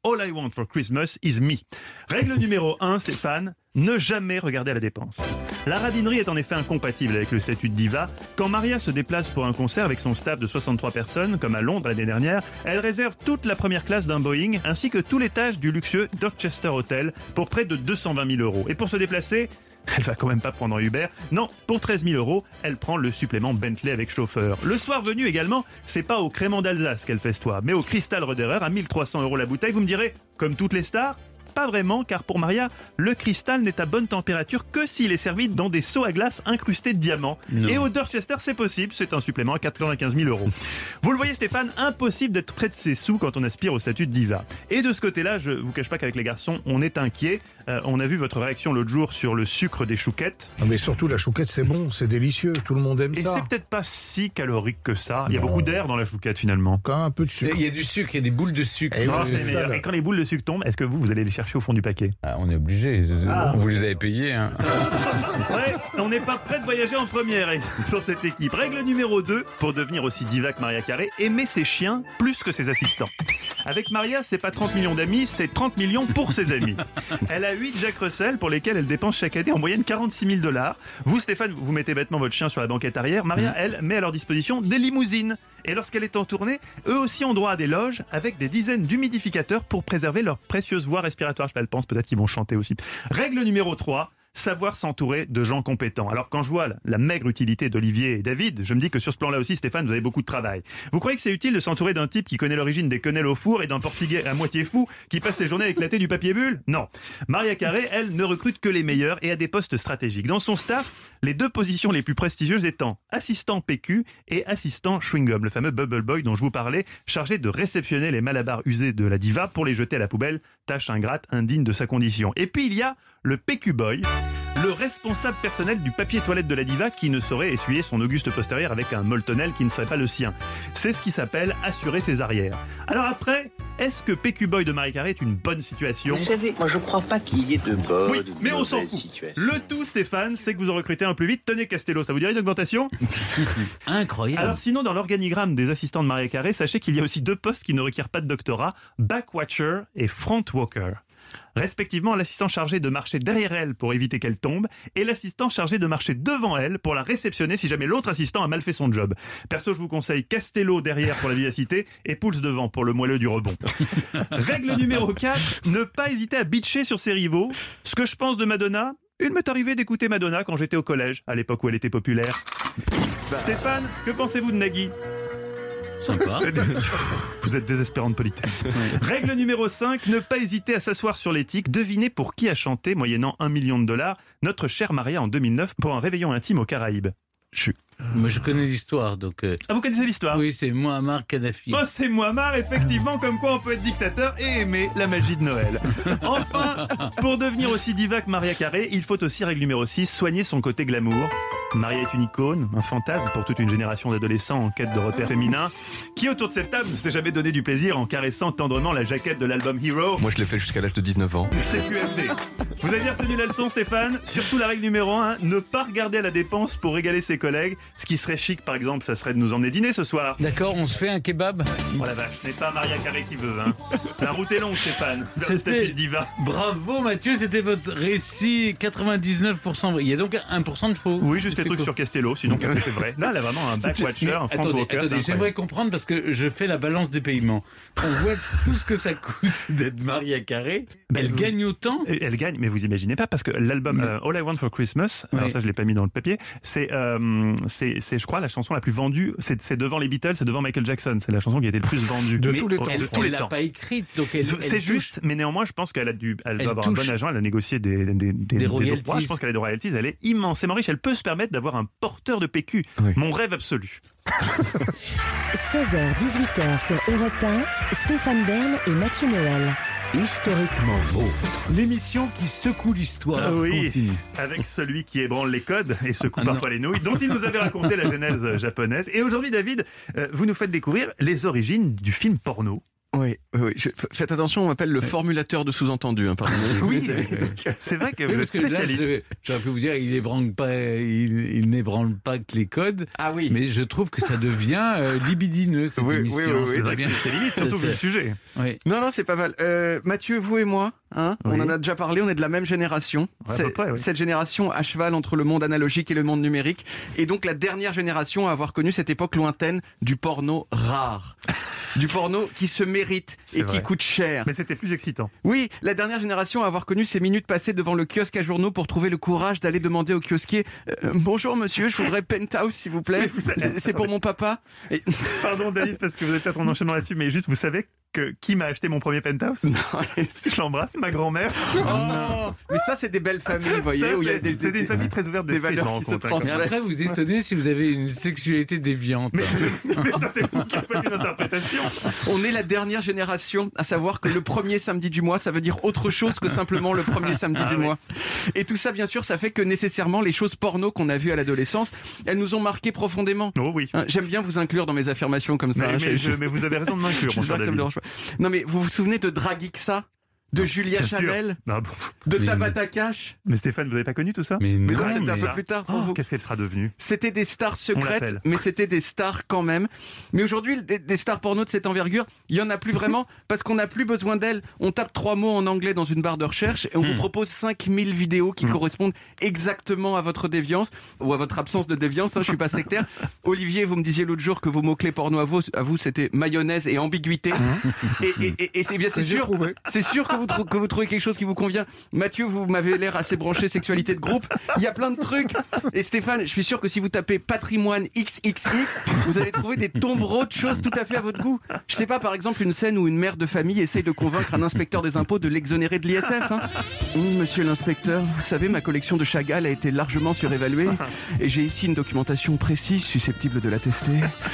All I Want for Christmas is Me. Règle numéro un, Stéphane, ne jamais regarder à la dépense. La radinerie est en effet incompatible avec le statut de diva. Quand Maria se déplace pour un concert avec son staff de soixante-trois personnes, comme à Londres l'année dernière, elle réserve toute la première classe d'un Boeing ainsi que tout l'étage du luxueux Dorchester Hotel pour près de deux cent vingt mille euros. Et pour se déplacer, elle va quand même pas prendre un Uber. Non, pour treize mille euros, elle prend le supplément Bentley avec chauffeur. Le soir venu également, c'est pas au Crémant d'Alsace qu'elle festoie, mais au Crystal Roderer à mille trois cents euros la bouteille. Vous me direz, comme toutes les stars ? Pas vraiment, car pour Maria, le cristal n'est à bonne température que s'il est servi dans des seaux à glace incrustés de diamants. Non. Et au Dorchester, c'est possible, c'est un supplément à quatre-vingt-quinze mille euros. Vous le voyez Stéphane, impossible d'être près de ses sous quand on aspire au statut de diva. Et de ce côté-là, je vous cache pas qu'avec les garçons, on est inquiet. Euh, on a vu votre réaction l'autre jour sur le sucre des chouquettes. Non, mais surtout, la chouquette, c'est bon, c'est délicieux, tout le monde aime Et ça. c'est peut-être pas si calorique que ça. Il y a Non. beaucoup d'air dans la chouquette finalement. Quand un peu de sucre. Il y a du sucre, il y a des boules de sucre. Eh Non, oui, c'est c'est meilleur. ça, là. Et quand les boules de sucre tombent, est-ce que vous, vous allez les chercher au fond du paquet ? Ah, on est obligé. Ah. Vous les avez payés. Hein. Ouais, on n'est pas prêt de voyager en première eh, dans cette équipe. Règle numéro deux, pour devenir aussi diva que Maria Carré, aimer ses chiens plus que ses assistants. Avec Maria, c'est pas trente millions d'amis, c'est trente millions pour ses amis. Elle a huit Jack Russell pour lesquels elle dépense chaque année en moyenne quarante-six mille dollars. Vous, Stéphane, vous mettez bêtement votre chien sur la banquette arrière. Maria, elle, met à leur disposition des limousines. Et lorsqu'elle est en tournée, eux aussi ont droit à des loges avec des dizaines d'humidificateurs pour préserver leur précieuse voie respiratoire. Je sais pas, elle pense peut-être qu'ils vont chanter aussi. Règle numéro trois. Savoir s'entourer de gens compétents. Alors quand je vois la, la maigre utilité d'Olivier et David, je me dis que sur ce plan-là aussi, Stéphane, vous avez beaucoup de travail. Vous croyez que c'est utile de s'entourer d'un type qui connaît l'origine des quenelles au four et d'un portugais à moitié fou qui passe ses journées à éclater du papier bulle ? Non. Maria Carré, elle, ne recrute que les meilleurs et à des postes stratégiques. Dans son staff, les deux positions les plus prestigieuses étant assistant P Q et assistant chewing-gum, le fameux Bubble Boy dont je vous parlais, chargé de réceptionner les malabars usés de la diva pour les jeter à la poubelle, tâche ingrate, indigne de sa condition. Et puis il y a le P Q Boy, le responsable personnel du papier toilette de la diva qui ne saurait essuyer son auguste postérieur avec un moltonel qui ne serait pas le sien. C'est ce qui s'appelle assurer ses arrières. Alors après, est-ce que P Q Boy de Maria Carré est une bonne situation ? Vous savez, moi je crois pas qu'il y ait de bonnes Oui, ou de mais on s'en mauvaises fout. situations. Le tout, Stéphane, c'est que vous en recrutez un plus vite. Tenez Castello, ça vous dirait une augmentation ? Incroyable. Alors sinon, dans l'organigramme des assistants de Maria Carré, sachez qu'il y a aussi deux postes qui ne requièrent pas de doctorat, backwatcher et frontwalker. Respectivement, l'assistant chargé de marcher derrière elle pour éviter qu'elle tombe et l'assistant chargé de marcher devant elle pour la réceptionner si jamais l'autre assistant a mal fait son job. Perso, je vous conseille Castello derrière pour la vivacité et Pouls devant pour le moelleux du rebond. Règle numéro quatre, ne pas hésiter à bitcher sur ses rivaux. Ce que je pense de Madonna, il m'est arrivé d'écouter Madonna quand j'étais au collège, à l'époque où elle était populaire. Stéphane, que pensez-vous de Nagui ? Sympa. Vous êtes désespérant de politesse. Règle numéro cinq, ne pas hésiter à s'asseoir sur l'éthique. Devinez pour qui a chanté, moyennant un million de dollars, notre chère Maria en deux mille neuf pour un réveillon intime aux Caraïbes. Je... Moi, je connais l'histoire, donc... euh, Ah, vous connaissez l'histoire ? Oui, c'est Muammar Kadhafi. Oh, c'est Muammar, effectivement, comme quoi on peut être dictateur et aimer la magie de Noël. Enfin, pour devenir aussi diva que Maria Carré, il faut aussi, règle numéro six, soigner son côté glamour. Maria est une icône, un fantasme pour toute une génération d'adolescents en quête de repères féminins. Qui autour de cette table ne s'est jamais donné du plaisir en caressant tendrement la jaquette de l'album Hero ? Moi je l'ai fait jusqu'à l'âge de dix-neuf ans. C Q F D. Vous avez bien retenu la leçon, Stéphane ? Surtout la règle numéro un, ne pas regarder à la dépense pour régaler ses collègues. Ce qui serait chic, par exemple, ça serait de nous emmener dîner ce soir. D'accord, on se fait un kebab. Oh la vache, ce n'est pas Maria Carré qui veut, hein. La route est longue, Stéphane. Vers le C'était- statut de diva. Bravo Mathieu, c'était votre récit quatre-vingt-dix-neuf pour cent vrai. Il y a donc un pour cent de faux. Oui, juste les C'est trucs quoi sur Castello, sinon tout est vrai. Là, elle a vraiment un backwatcher, Mais un attendez, frontwalker. attendez, j'aimerais comprendre parce que je fais la balance des paiements. On voit tout ce que ça coûte d'être Maria Carré. Ben, Elle vous- gagne autant. Elle gagne, mais vous imaginez pas, parce que l'album Mais- euh, All I Want for Christmas, Oui. alors ça je l'ai pas mis dans le papier, c'est, euh, c'est, c'est je crois la chanson la plus vendue, c'est, c'est devant les Beatles, c'est devant Michael Jackson, c'est la chanson qui a été le plus vendue. De Mais tous les oh, temps. Elle de tous ne les l'a temps. pas écrite, donc elle, elle C'est touche- juste, mais néanmoins, je pense qu'elle a dû, elle, Elle doit avoir un touche. bon agent, elle a négocié des, des, des, des, des royalties. droits. Je pense qu'elle a des royalties, elle est immensément riche, elle peut se permettre d'avoir un porteur de P Q. Oui. Mon rêve absolu. seize heures dix-huit heures sur Europe un, Stéphane Bern et Mathieu Noël. Historiquement vôtre. L'émission qui secoue l'histoire. Ah oui. Continue. Avec celui qui ébranle les codes et secoue Ah non. parfois les nouilles, dont il nous avait raconté la genèse japonaise. Et aujourd'hui, David, euh, vous nous faites découvrir les origines du film porno. Oui, oui. Je, faites attention, on m'appelle le formulateur de sous-entendu. Hein, pardon. Oui, c'est, c'est vrai que oui, vous parce êtes que là, je, j'aurais pu vous dire, il ébranle pas, il, il n'ébranle pas que les codes. Ah oui. Mais je trouve que ça devient euh, libidineux cette oui, émission. Oui, oui, oui, c'est, oui. bien. C'est limite, surtout vu le sujet. Oui. Non, non, c'est pas mal. Euh, Mathieu, vous et moi, hein, oui. on en a déjà parlé. On est de la même génération. Ouais, c'est, près, oui. Cette génération à cheval entre le monde analogique et le monde numérique, et donc la dernière génération à avoir connu cette époque lointaine du porno rare. Du porno qui se mérite c'est et vrai. qui coûte cher. Mais c'était plus excitant. Oui, la dernière génération à avoir connu ces minutes passées devant le kiosque à journaux pour trouver le courage d'aller demander au kiosquier euh, « Bonjour monsieur, je voudrais Penthouse s'il vous plaît, vous savez, c'est, c'est pour mon papa. » et... Pardon David, parce que vous êtes peut-être en enchaînement là-dessus, mais juste vous savez que qui m'a acheté mon premier Penthouse ? Non, allez, je l'embrasse, ma grand-mère. Oh, mais ça c'est des belles familles, vous voyez, ça, où il y a c'est, des, c'est des, des familles très ouvertes d'esprit. Des valeurs qui se Mais transmettent. après, vous étonnez si vous avez une sexualité déviante. Mais, mais ça c'est vous qui faites une interprétation. On est la dernière génération à savoir que le premier samedi du mois, ça veut dire autre chose que simplement le premier samedi ah, du oui. mois. Et tout ça, bien sûr, ça fait que nécessairement les choses porno qu'on a vues à l'adolescence, elles nous ont marqué profondément. Oh oui. Hein, j'aime bien vous inclure dans mes affirmations comme ça. Mais, hein, mais, je, je, mais vous avez raison de m'inclure. J'espère que ça me dérange pas. Non mais vous vous souvenez de Dragixa, de non, Julia Chanel, ah bon. de mais, Tabata Cash. Mais Stéphane, vous n'avez pas connu tout ça ? Mais, Mais non, non, c'était un mais peu ça. plus tard pour Oh, vous. qu'est-ce qu'elle sera devenue ? C'était des stars On secrètes, l'appelle. mais c'était des stars quand même. Mais aujourd'hui, des, des stars porno de cette envergure, il y en a plus vraiment parce qu'on n'a plus besoin d'elles. On tape trois mots en anglais dans une barre de recherche et on Hmm. vous propose cinq mille vidéos qui Hmm. correspondent exactement à votre déviance ou à votre absence de déviance. Hein, je suis pas sectaire. Olivier, vous me disiez l'autre jour que vos mots-clés porno à vous, à vous c'était mayonnaise et ambiguïté. et, et, et, et c'est bien, c'est J'ai sûr, trouvé. c'est sûr que vous, trou- que vous trouvez quelque chose qui vous convient. Mathieu, vous m'avez l'air assez branché sexualité de groupe. Il y a plein de trucs. Et Stéphane, je suis sûr que si vous tapez patrimoine X X X, vous allez trouver des tombereaux de choses tout à fait à votre goût. Je sais pas, par exemple, une scène où une mère de famille essaye de convaincre un inspecteur des impôts de l'exonérer de l'I S F. Hein. Mmh, monsieur l'inspecteur, vous savez, ma collection de Chagall a été largement surévaluée et j'ai ici une documentation précise susceptible de l'attester.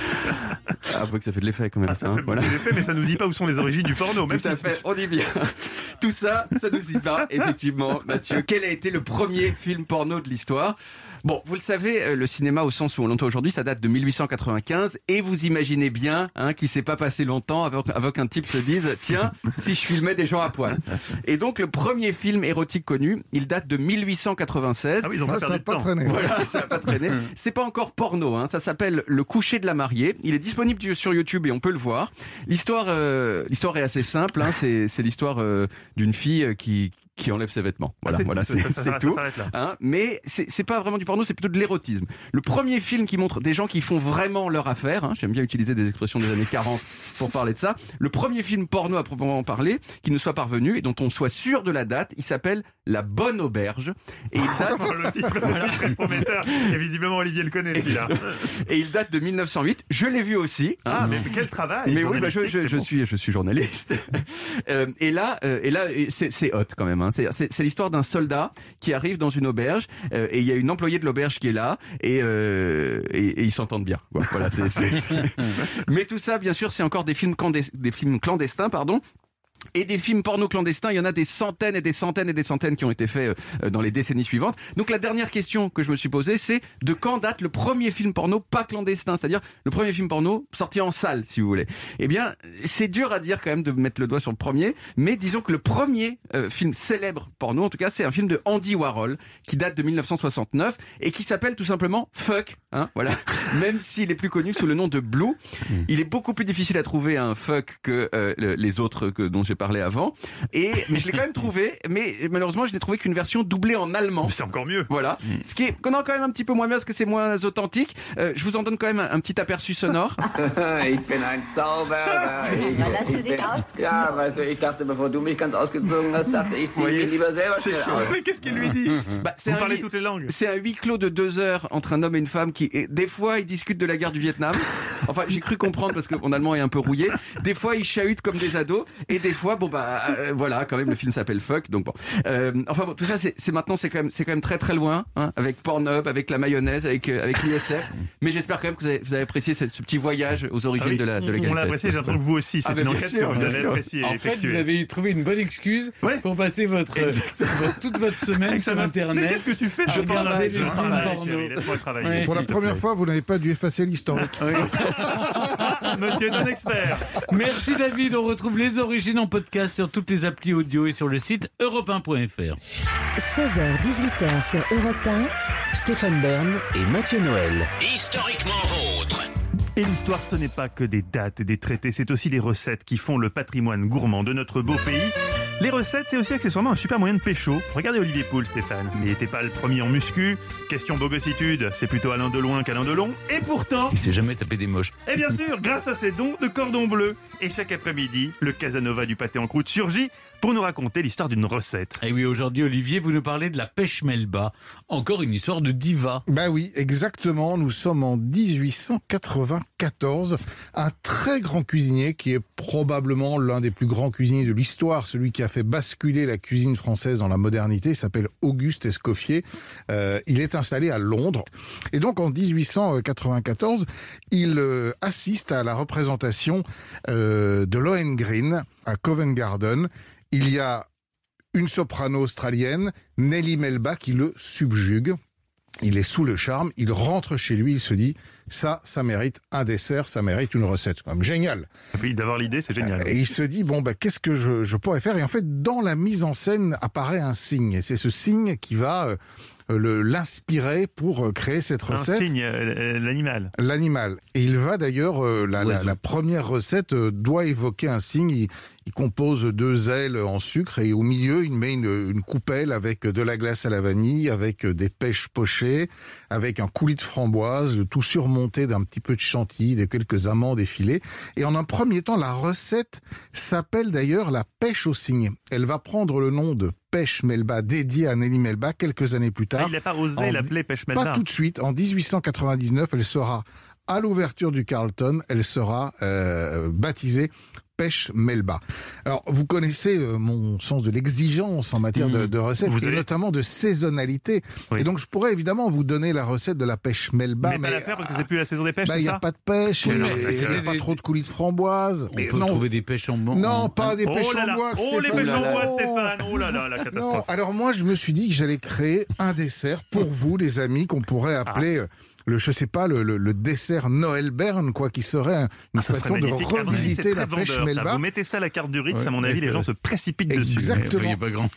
Ah, vous voyez que ça fait de l'effet quand même. Ah, ça hein, fait voilà. beaucoup d'effet, mais ça nous dit pas où sont les origines du porno. Même Tout à si- fait, on y vient. Tout ça, ça nous y va, effectivement. Mathieu, quel a été le premier film porno de l'histoire ? Bon, vous le savez, euh, le cinéma au sens où on l'entend aujourd'hui, ça date de mille huit cent quatre-vingt-quinze, et vous imaginez bien hein, qu'il s'est pas passé longtemps avant, avant qu'un type se dise « Tiens, si je filmais des gens à poil ». Et donc, le premier film érotique connu, il date de mille huit cent quatre-vingt-seize. Ah oui, ils ont Ah, pas ça perdu n'a de pas temps. traîné. Voilà, ça n'a pas traîné. C'est pas encore porno, hein. Ça s'appelle Le coucher de la mariée. Il est disponible du- sur YouTube et on peut le voir. L'histoire, euh, l'histoire est assez simple. Hein. C'est, c'est l'histoire euh, d'une fille euh, qui qui enlève ses vêtements. Voilà, Ah, c'est voilà, tout, c'est, ça- ça c'est s'arrête- tout. ça s'arrête là. Hein, mais c'est, c'est pas vraiment du porno, c'est plutôt de l'érotisme. Le premier film qui montre des gens qui font vraiment leur affaire, hein, j'aime bien utiliser des expressions des années quarante pour parler de ça, le premier film porno à proprement parler, qui nous soit parvenu et dont on soit sûr de la date, il s'appelle La Bonne Auberge. Et il date, Oh, le titre est très prometteur. Et visiblement, Olivier le connaît, celui-là. et il date de mille neuf cent huit. Je l'ai vu aussi. hein. Ah, mais quel travail Mais oui, bah, je, je, journalistique, je c'est bon. suis, je suis journaliste. Euh, et là, euh, et là, c'est, c'est hot quand même. Hein. C'est, c'est, c'est l'histoire d'un soldat qui arrive dans une auberge euh, et il y a une employée de l'auberge qui est là et, euh, et, et ils s'entendent bien. Bon, voilà, c'est, c'est, c'est... Mais tout ça, bien sûr, c'est encore des films, candes- des films clandestins, pardon. Et des films porno clandestins, il y en a des centaines et des centaines et des centaines qui ont été faits euh, dans les décennies suivantes. Donc la dernière question que je me suis posée, c'est de quand date le premier film porno pas clandestin, c'est-à-dire le premier film porno sorti en salle, si vous voulez. Eh bien, c'est dur à dire quand même de mettre le doigt sur le premier, mais disons que le premier euh, film célèbre porno, en tout cas, c'est un film de Andy Warhol qui date de mille neuf cent soixante-neuf et qui s'appelle tout simplement Fuck. Hein, voilà. Même s'il est plus connu sous le nom de Blue, il est beaucoup plus difficile à trouver un Fuck que euh, le- les autres que dont j'ai parlé avant. Et mais je l'ai quand même trouvé, mais malheureusement je n'ai trouvé qu'une version doublée en allemand. Mais c'est encore mieux. Voilà, ce qui est qu'on a quand même un petit peu moins bien parce que c'est moins authentique. Euh, je vous en donne quand même un, un petit aperçu sonore. Ich bin ein Zauberer. Ich, ich bin, ja, weißt du, ich dachte, bevor du mich ganz ausgezogen hast, dachte ich, zieh Voyez, mich lieber selber c'est schnell chaud. aus. Mais qu'est-ce qu'il lui dit Bah, c'est Vous un parlez huis- toutes les langues. C'est un huis clos de deux heures entre un homme et une femme qui, et des fois, ils discutent de la guerre du Vietnam. Enfin, j'ai cru comprendre parce que mon allemand est un peu rouillé. Des fois, ils chahutent comme des ados. Et des fois, bon, bah, euh, voilà, quand même, le film s'appelle Fuck. Donc bon. Euh, enfin bon, tout ça, c'est, c'est maintenant, c'est quand même, c'est quand même très très loin, hein, avec Pornhub, avec la mayonnaise, avec, euh, avec l'I S F. Mais j'espère quand même que vous avez, vous avez apprécié ce, ce petit voyage aux origines Ah oui, de la, de la on l'a galette. apprécié, j'ai l'impression que vous aussi. C'est Ah, mais une bien enquête sûr, que vous bien avez sûr. apprécié et En fait, effectuée. vous avez trouvé une bonne excuse Ouais. pour passer votre, votre- toute votre semaine Avec ça sur m'a- Internet. Mais qu'est-ce que tu fais Je Je regarde travaille, des je films travaille, porno. chérie, laisse-moi travailler. Ouais. Pour la s'il te première plaît. fois, vous n'avez pas dû effacer l'historique. Oui. Monsieur est un expert. Merci David, on retrouve les origines en podcast sur toutes les applis audio et sur le site europe un point f r. seize heures dix-huit heures sur Europe un. Stéphane Bern et Mathieu Noël. Historiquement vôtre. Et l'histoire, ce n'est pas que des dates et des traités, c'est aussi les recettes qui font le patrimoine gourmand de notre beau pays. Les recettes, c'est aussi accessoirement un super moyen de pécho. Regardez Olivier Poul, Stéphane. Il n'était pas le premier en muscu. Question bogossitude, c'est plutôt Alain Delon qu'Alain Delon. Et pourtant... Il s'est jamais tapé des moches. Et bien sûr, grâce à ses dons de cordon bleu. Et chaque après-midi, le Casanova du pâté en croûte surgit pour nous raconter l'histoire d'une recette. Et oui, aujourd'hui, Olivier, vous nous parlez de la pêche melba. Encore une histoire de diva. Bah oui, exactement. Nous sommes en dix-huit cent quatre-vingt-quatorze. Un très grand cuisinier qui est probablement l'un des plus grands cuisiniers de l'histoire, celui qui a fait basculer la cuisine française dans la modernité, il s'appelle Auguste Escoffier. Euh, il est installé à Londres. Et donc en dix-huit cent quatre-vingt-quatorze, il euh, assiste à la représentation euh, de Lohengrin à Covent Garden. Il y a une soprano australienne, Nellie Melba, qui le subjugue. Il est sous le charme, il rentre chez lui, il se dit « ça, ça mérite un dessert, ça mérite une recette. » C'est quand même génial. Oui, d'avoir l'idée, c'est génial. Et il se dit « bon, bah, qu'est-ce que je, je pourrais faire ?» Et en fait, dans la mise en scène apparaît un signe. Et c'est ce signe qui va... Euh, Le, l'inspirer pour créer cette recette. Un signe, euh, l'animal. L'animal. Et il va d'ailleurs, euh, la, la, la première recette euh, doit évoquer un signe. Il, il compose deux ailes en sucre et au milieu, il met une, une coupelle avec de la glace à la vanille, avec des pêches pochées, avec un coulis de framboise, le tout surmonté d'un petit peu de chantilly, de quelques amandes effilées. Et en un premier temps, la recette s'appelle d'ailleurs la pêche au cygne. Elle va prendre le nom de pêche melba, dédiée à Nellie Melba quelques années plus tard. Ah, il n'a pas osé en, l'appeler pêche melba. Pas tout de suite. En dix-huit cent quatre-vingt-dix-neuf, elle sera à l'ouverture du Carlton, elle sera euh, baptisée pêche melba. Alors, vous connaissez euh, mon sens de l'exigence en matière mmh. de, de recettes, vous et avez... notamment de saisonnalité. Oui. Et donc, je pourrais évidemment vous donner la recette de la pêche melba. Mais, mais pas la faire parce que c'est plus la saison des pêches, bah, c'est ça ? Il n'y a pas de pêche, il n'y a pas des... trop de coulis de framboise. On peut non. trouver des pêches en bois. Non, pas des oh pêches là en là. bois, Oh, les pêches en bois, oh. Stéphane. Oh là là, la catastrophe. Non. Alors moi, je me suis dit que j'allais créer un dessert pour vous, les amis, qu'on pourrait appeler... Ah. Le, je sais pas, le, le, le dessert Noël Bern, quoi, qui serait une ah, façon de revisiter la pêche vendeur, melba. Ça. Vous mettez ça à la carte du Ritz, ouais, à mon avis, les gens se précipitent dessus. Exactement. Pas grand.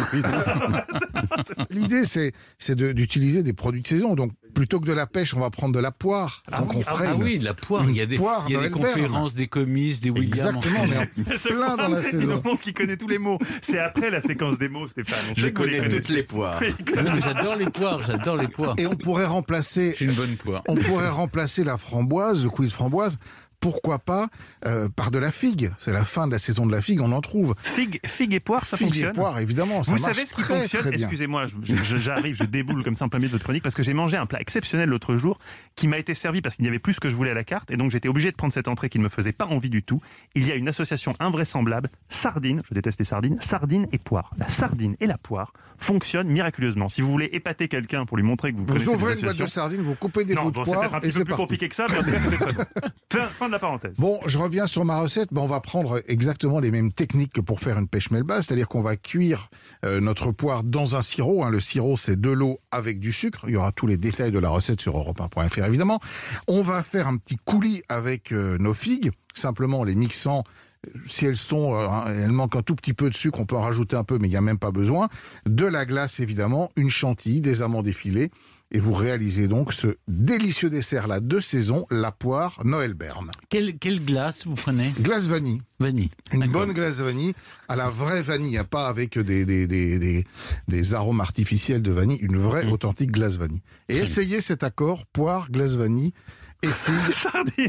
L'idée, c'est, c'est de, d'utiliser des produits de saison. Donc, plutôt que de la pêche, on va prendre de la poire. Ah, Donc, oui, on ferait ah une, oui, de la poire. Il y a des, poire il y a des conférences, des comices, des Williams. Exactement, mais plein dans la saison. Il qui connaît tous les mots. C'est après la séquence des mots, Stéphane. On Je connais toutes les poires. Non, mais j'adore les poires, j'adore les poires. Et on pourrait remplacer... J'ai une bonne poire. On pourrait remplacer la framboise, le coulis de framboise, pourquoi pas euh, par de la figue. C'est la fin de la saison de la figue, on en trouve. Figue, figue et poire, ça figue fonctionne. Figue et poire, évidemment, ça Vous marche savez ce qui très, fonctionne très bien. Excusez-moi, je, je, j'arrive, je déboule comme ça en plein milieu de votre chronique parce que j'ai mangé un plat exceptionnel l'autre jour qui m'a été servi parce qu'il n'y avait plus ce que je voulais à la carte et donc j'étais obligé de prendre cette entrée qui ne me faisait pas envie du tout. Il y a une association invraisemblable, sardines, je déteste les sardines, sardines et poire. La sardine et la poire fonctionnent miraculeusement. Si vous voulez épater quelqu'un pour lui montrer que vous, vous connaissez ouvrez une boîte de sardines, vous coupez des non, bouts bon, de poire c'est peut-être un et petit c'est peu plus parti. compliqué que ça, mais en tout cas, c'était très bon. Fin, fin de la parenthèse. Bon, je reviens sur ma recette. Ben, on va prendre exactement les mêmes techniques que pour faire une pêche melba, c'est-à-dire qu'on va cuire euh, notre poire dans un sirop. Hein. Le sirop, c'est de l'eau avec du sucre. Il y aura tous les détails de la recette sur europe un point f r, évidemment. On va faire un petit coulis avec euh, nos figues, simplement en les mixant. Si elles sont, euh, elles manquent un tout petit peu de sucre, on peut en rajouter un peu, mais il n'y a même pas besoin. De la glace, évidemment, une chantilly, des amandes effilées. Et vous réalisez donc ce délicieux dessert-là de saison, la poire Noël Bern. Quelle, quelle glace vous prenez ? Glace vanille. Vanille. Une D'accord. bonne glace vanille, à la vraie vanille, hein, pas avec des, des, des, des, des arômes artificiels de vanille, une vraie mmh. authentique glace vanille. Et Très essayez bien. Cet accord, poire, glace vanille et figues. Sardine.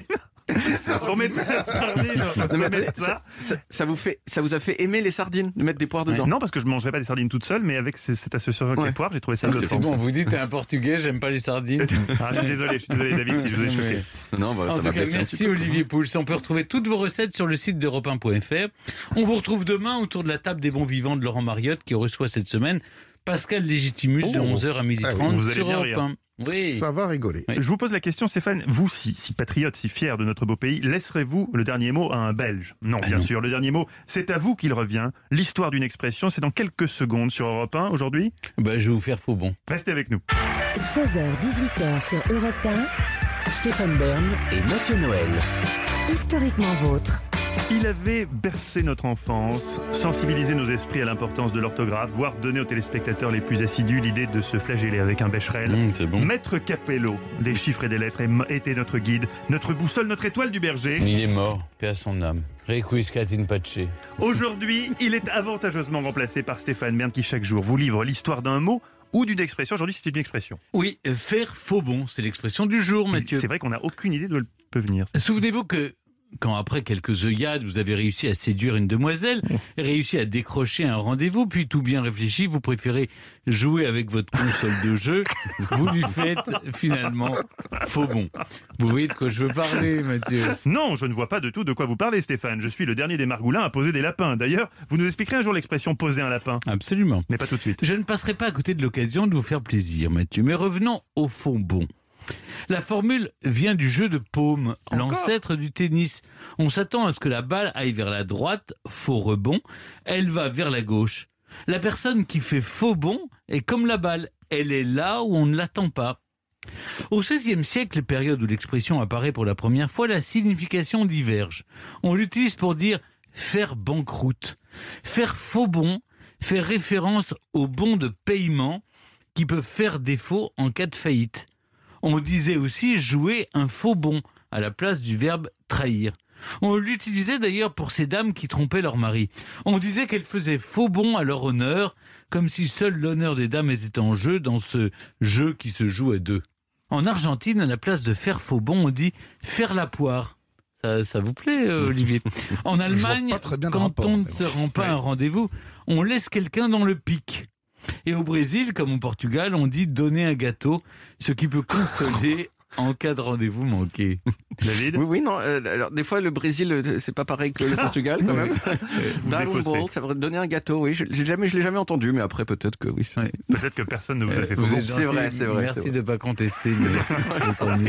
On met la sardine, on mais met ça. Ça, ça, ça, vous fait, ça vous a fait aimer les sardines, de mettre des poires dedans ? Ouais. Non, parce que je ne mangerais pas des sardines toutes seules, mais avec cette association avec ouais. les poires, j'ai trouvé ça ah, c'est bon, vous dites t'es un portugais, j'aime pas les sardines. Ah, je suis désolé, je suis désolé David si je vous ai choqué. Non, bah, en ça tout m'a cas, merci Olivier Pouls. On peut retrouver toutes vos recettes sur le site d'europe un point f r. On vous retrouve demain autour de la table des bons vivants de Laurent Mariotte qui reçoit cette semaine Pascal Légitimus oh. de onze heures à midi trente ah oui, sur Europe un. Oui. Ça va rigoler. Oui. Je vous pose la question, Stéphane, vous, si, si patriote, si fier de notre beau pays, laisserez-vous le dernier mot à un Belge ? Non, bien ah non. sûr, le dernier mot, c'est à vous qu'il revient. L'histoire d'une expression, c'est dans quelques secondes sur Europe un, aujourd'hui. Ben, je vais vous faire faux bon. Restez avec nous. seize heures dix-huit heures sur Europe un. Stéphane Bern et Mathieu Noël. Historiquement vôtre. Il avait bercé notre enfance, sensibilisé nos esprits à l'importance de l'orthographe, voire donné aux téléspectateurs les plus assidus l'idée de se flageller avec un bécherel. Mmh, c'est bon. Maître Capello, des chiffres et des lettres, était notre guide, notre boussole, notre étoile du berger. Il est mort, paix à son âme. Requiescat in pace. Aujourd'hui, il est avantageusement remplacé par Stéphane Bern qui chaque jour vous livre l'histoire d'un mot ou d'une expression. Aujourd'hui, c'est une expression. Oui, faire faux bon, c'est l'expression du jour, Mathieu. C'est vrai qu'on n'a aucune idée d'où elle peut venir. Souvenez-vous que quand après quelques œillades, vous avez réussi à séduire une demoiselle, réussi à décrocher un rendez-vous, puis tout bien réfléchi, vous préférez jouer avec votre console de jeu, vous lui faites finalement faux bon. Vous voyez de quoi je veux parler, Mathieu? Non, je ne vois pas de tout de quoi vous parlez, Stéphane. Je suis le dernier des margoulins à poser des lapins. D'ailleurs, vous nous expliquerez un jour l'expression poser un lapin. Absolument. Mais pas tout de suite. Je ne passerai pas à côté de l'occasion de vous faire plaisir, Mathieu. Mais revenons au faux bon. La formule vient du jeu de paume, Encore l'ancêtre du tennis. On s'attend à ce que la balle aille vers la droite, faux rebond, elle va vers la gauche. La personne qui fait faux bond est comme la balle, elle est là où on ne l'attend pas. Au seizième siècle, période où l'expression apparaît pour la première fois, la signification diverge. On l'utilise pour dire faire banqueroute. Faire faux bond fait référence aux bons de paiement qui peuvent faire défaut en cas de faillite. On disait aussi jouer un faux bon à la place du verbe trahir. On l'utilisait d'ailleurs pour ces dames qui trompaient leur mari. On disait qu'elles faisaient faux bon à leur honneur, comme si seul l'honneur des dames était en jeu dans ce jeu qui se joue à deux. En Argentine, à la place de faire faux bon, on dit faire la poire. Ça, ça vous plaît, euh, Olivier? En Allemagne, quand rapport, on ne se rend pas à un rendez-vous, on laisse quelqu'un dans le pic. Et au Brésil, comme au Portugal, on dit donner un gâteau, ce qui peut consoler en cas de rendez-vous manqué. David? Oui, oui, non. Euh, alors, des fois, le Brésil, euh, c'est pas pareil que le Portugal, quand même. Dar um bolo, ça veut donner un gâteau, oui. Je, j'ai jamais, je l'ai jamais entendu, mais après, peut-être que oui. Ouais. Peut-être que personne ne vous a fait Vous faux. êtes C'est vrai, c'est vrai. Merci c'est vrai. de ne pas contester notre ami.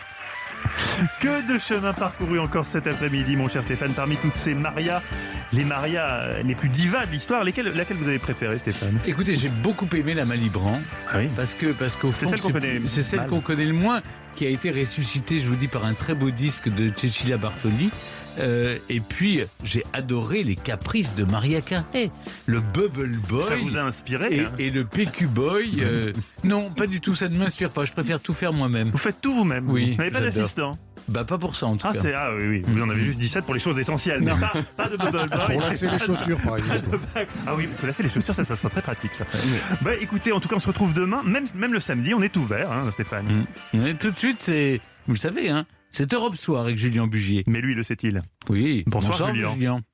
Que de chemin parcouru encore cet après-midi, mon cher Stéphane, parmi toutes ces marias, les marias les plus divas de l'histoire, lesquelles, laquelle vous avez préférée, Stéphane? Écoutez, j'ai beaucoup aimé la Malibran, Oui. parce que parce qu'au C'est fond, celle qu'on connaît c'est celle mal. qu'on connaît le moins, qui a été ressuscitée, je vous dis, par un très beau disque de Cecilia Bartoli. Euh, et puis, j'ai adoré les caprices de Maria Carey, le Bubble Boy. Ça vous a inspiré, et, hein et le P Q Boy. euh, non, pas du tout, ça ne m'inspire pas. Je préfère tout faire moi-même. Vous faites tout vous-même? Oui, Vous n'avez pas j'adore. d'assistant? Bah, pas pour ça en tout Ah, cas. c'est, ah oui, oui, vous en avez juste dix-sept pour les choses essentielles, mais pas, pas de bubble boy. Pour lasser les chaussures, par exemple. Ah oui, parce que lasser les chaussures, ça, ça sera très pratique, ça. Bah écoutez, en tout cas, on se retrouve demain, même, même le samedi, on est ouvert, hein, Stéphane. Mmh. Et tout de suite, c'est, vous le savez, hein, c'est Europe Soir avec Julien Bugier. Mais lui, le sait-il? Oui, Bonsoir, Julien. Julien.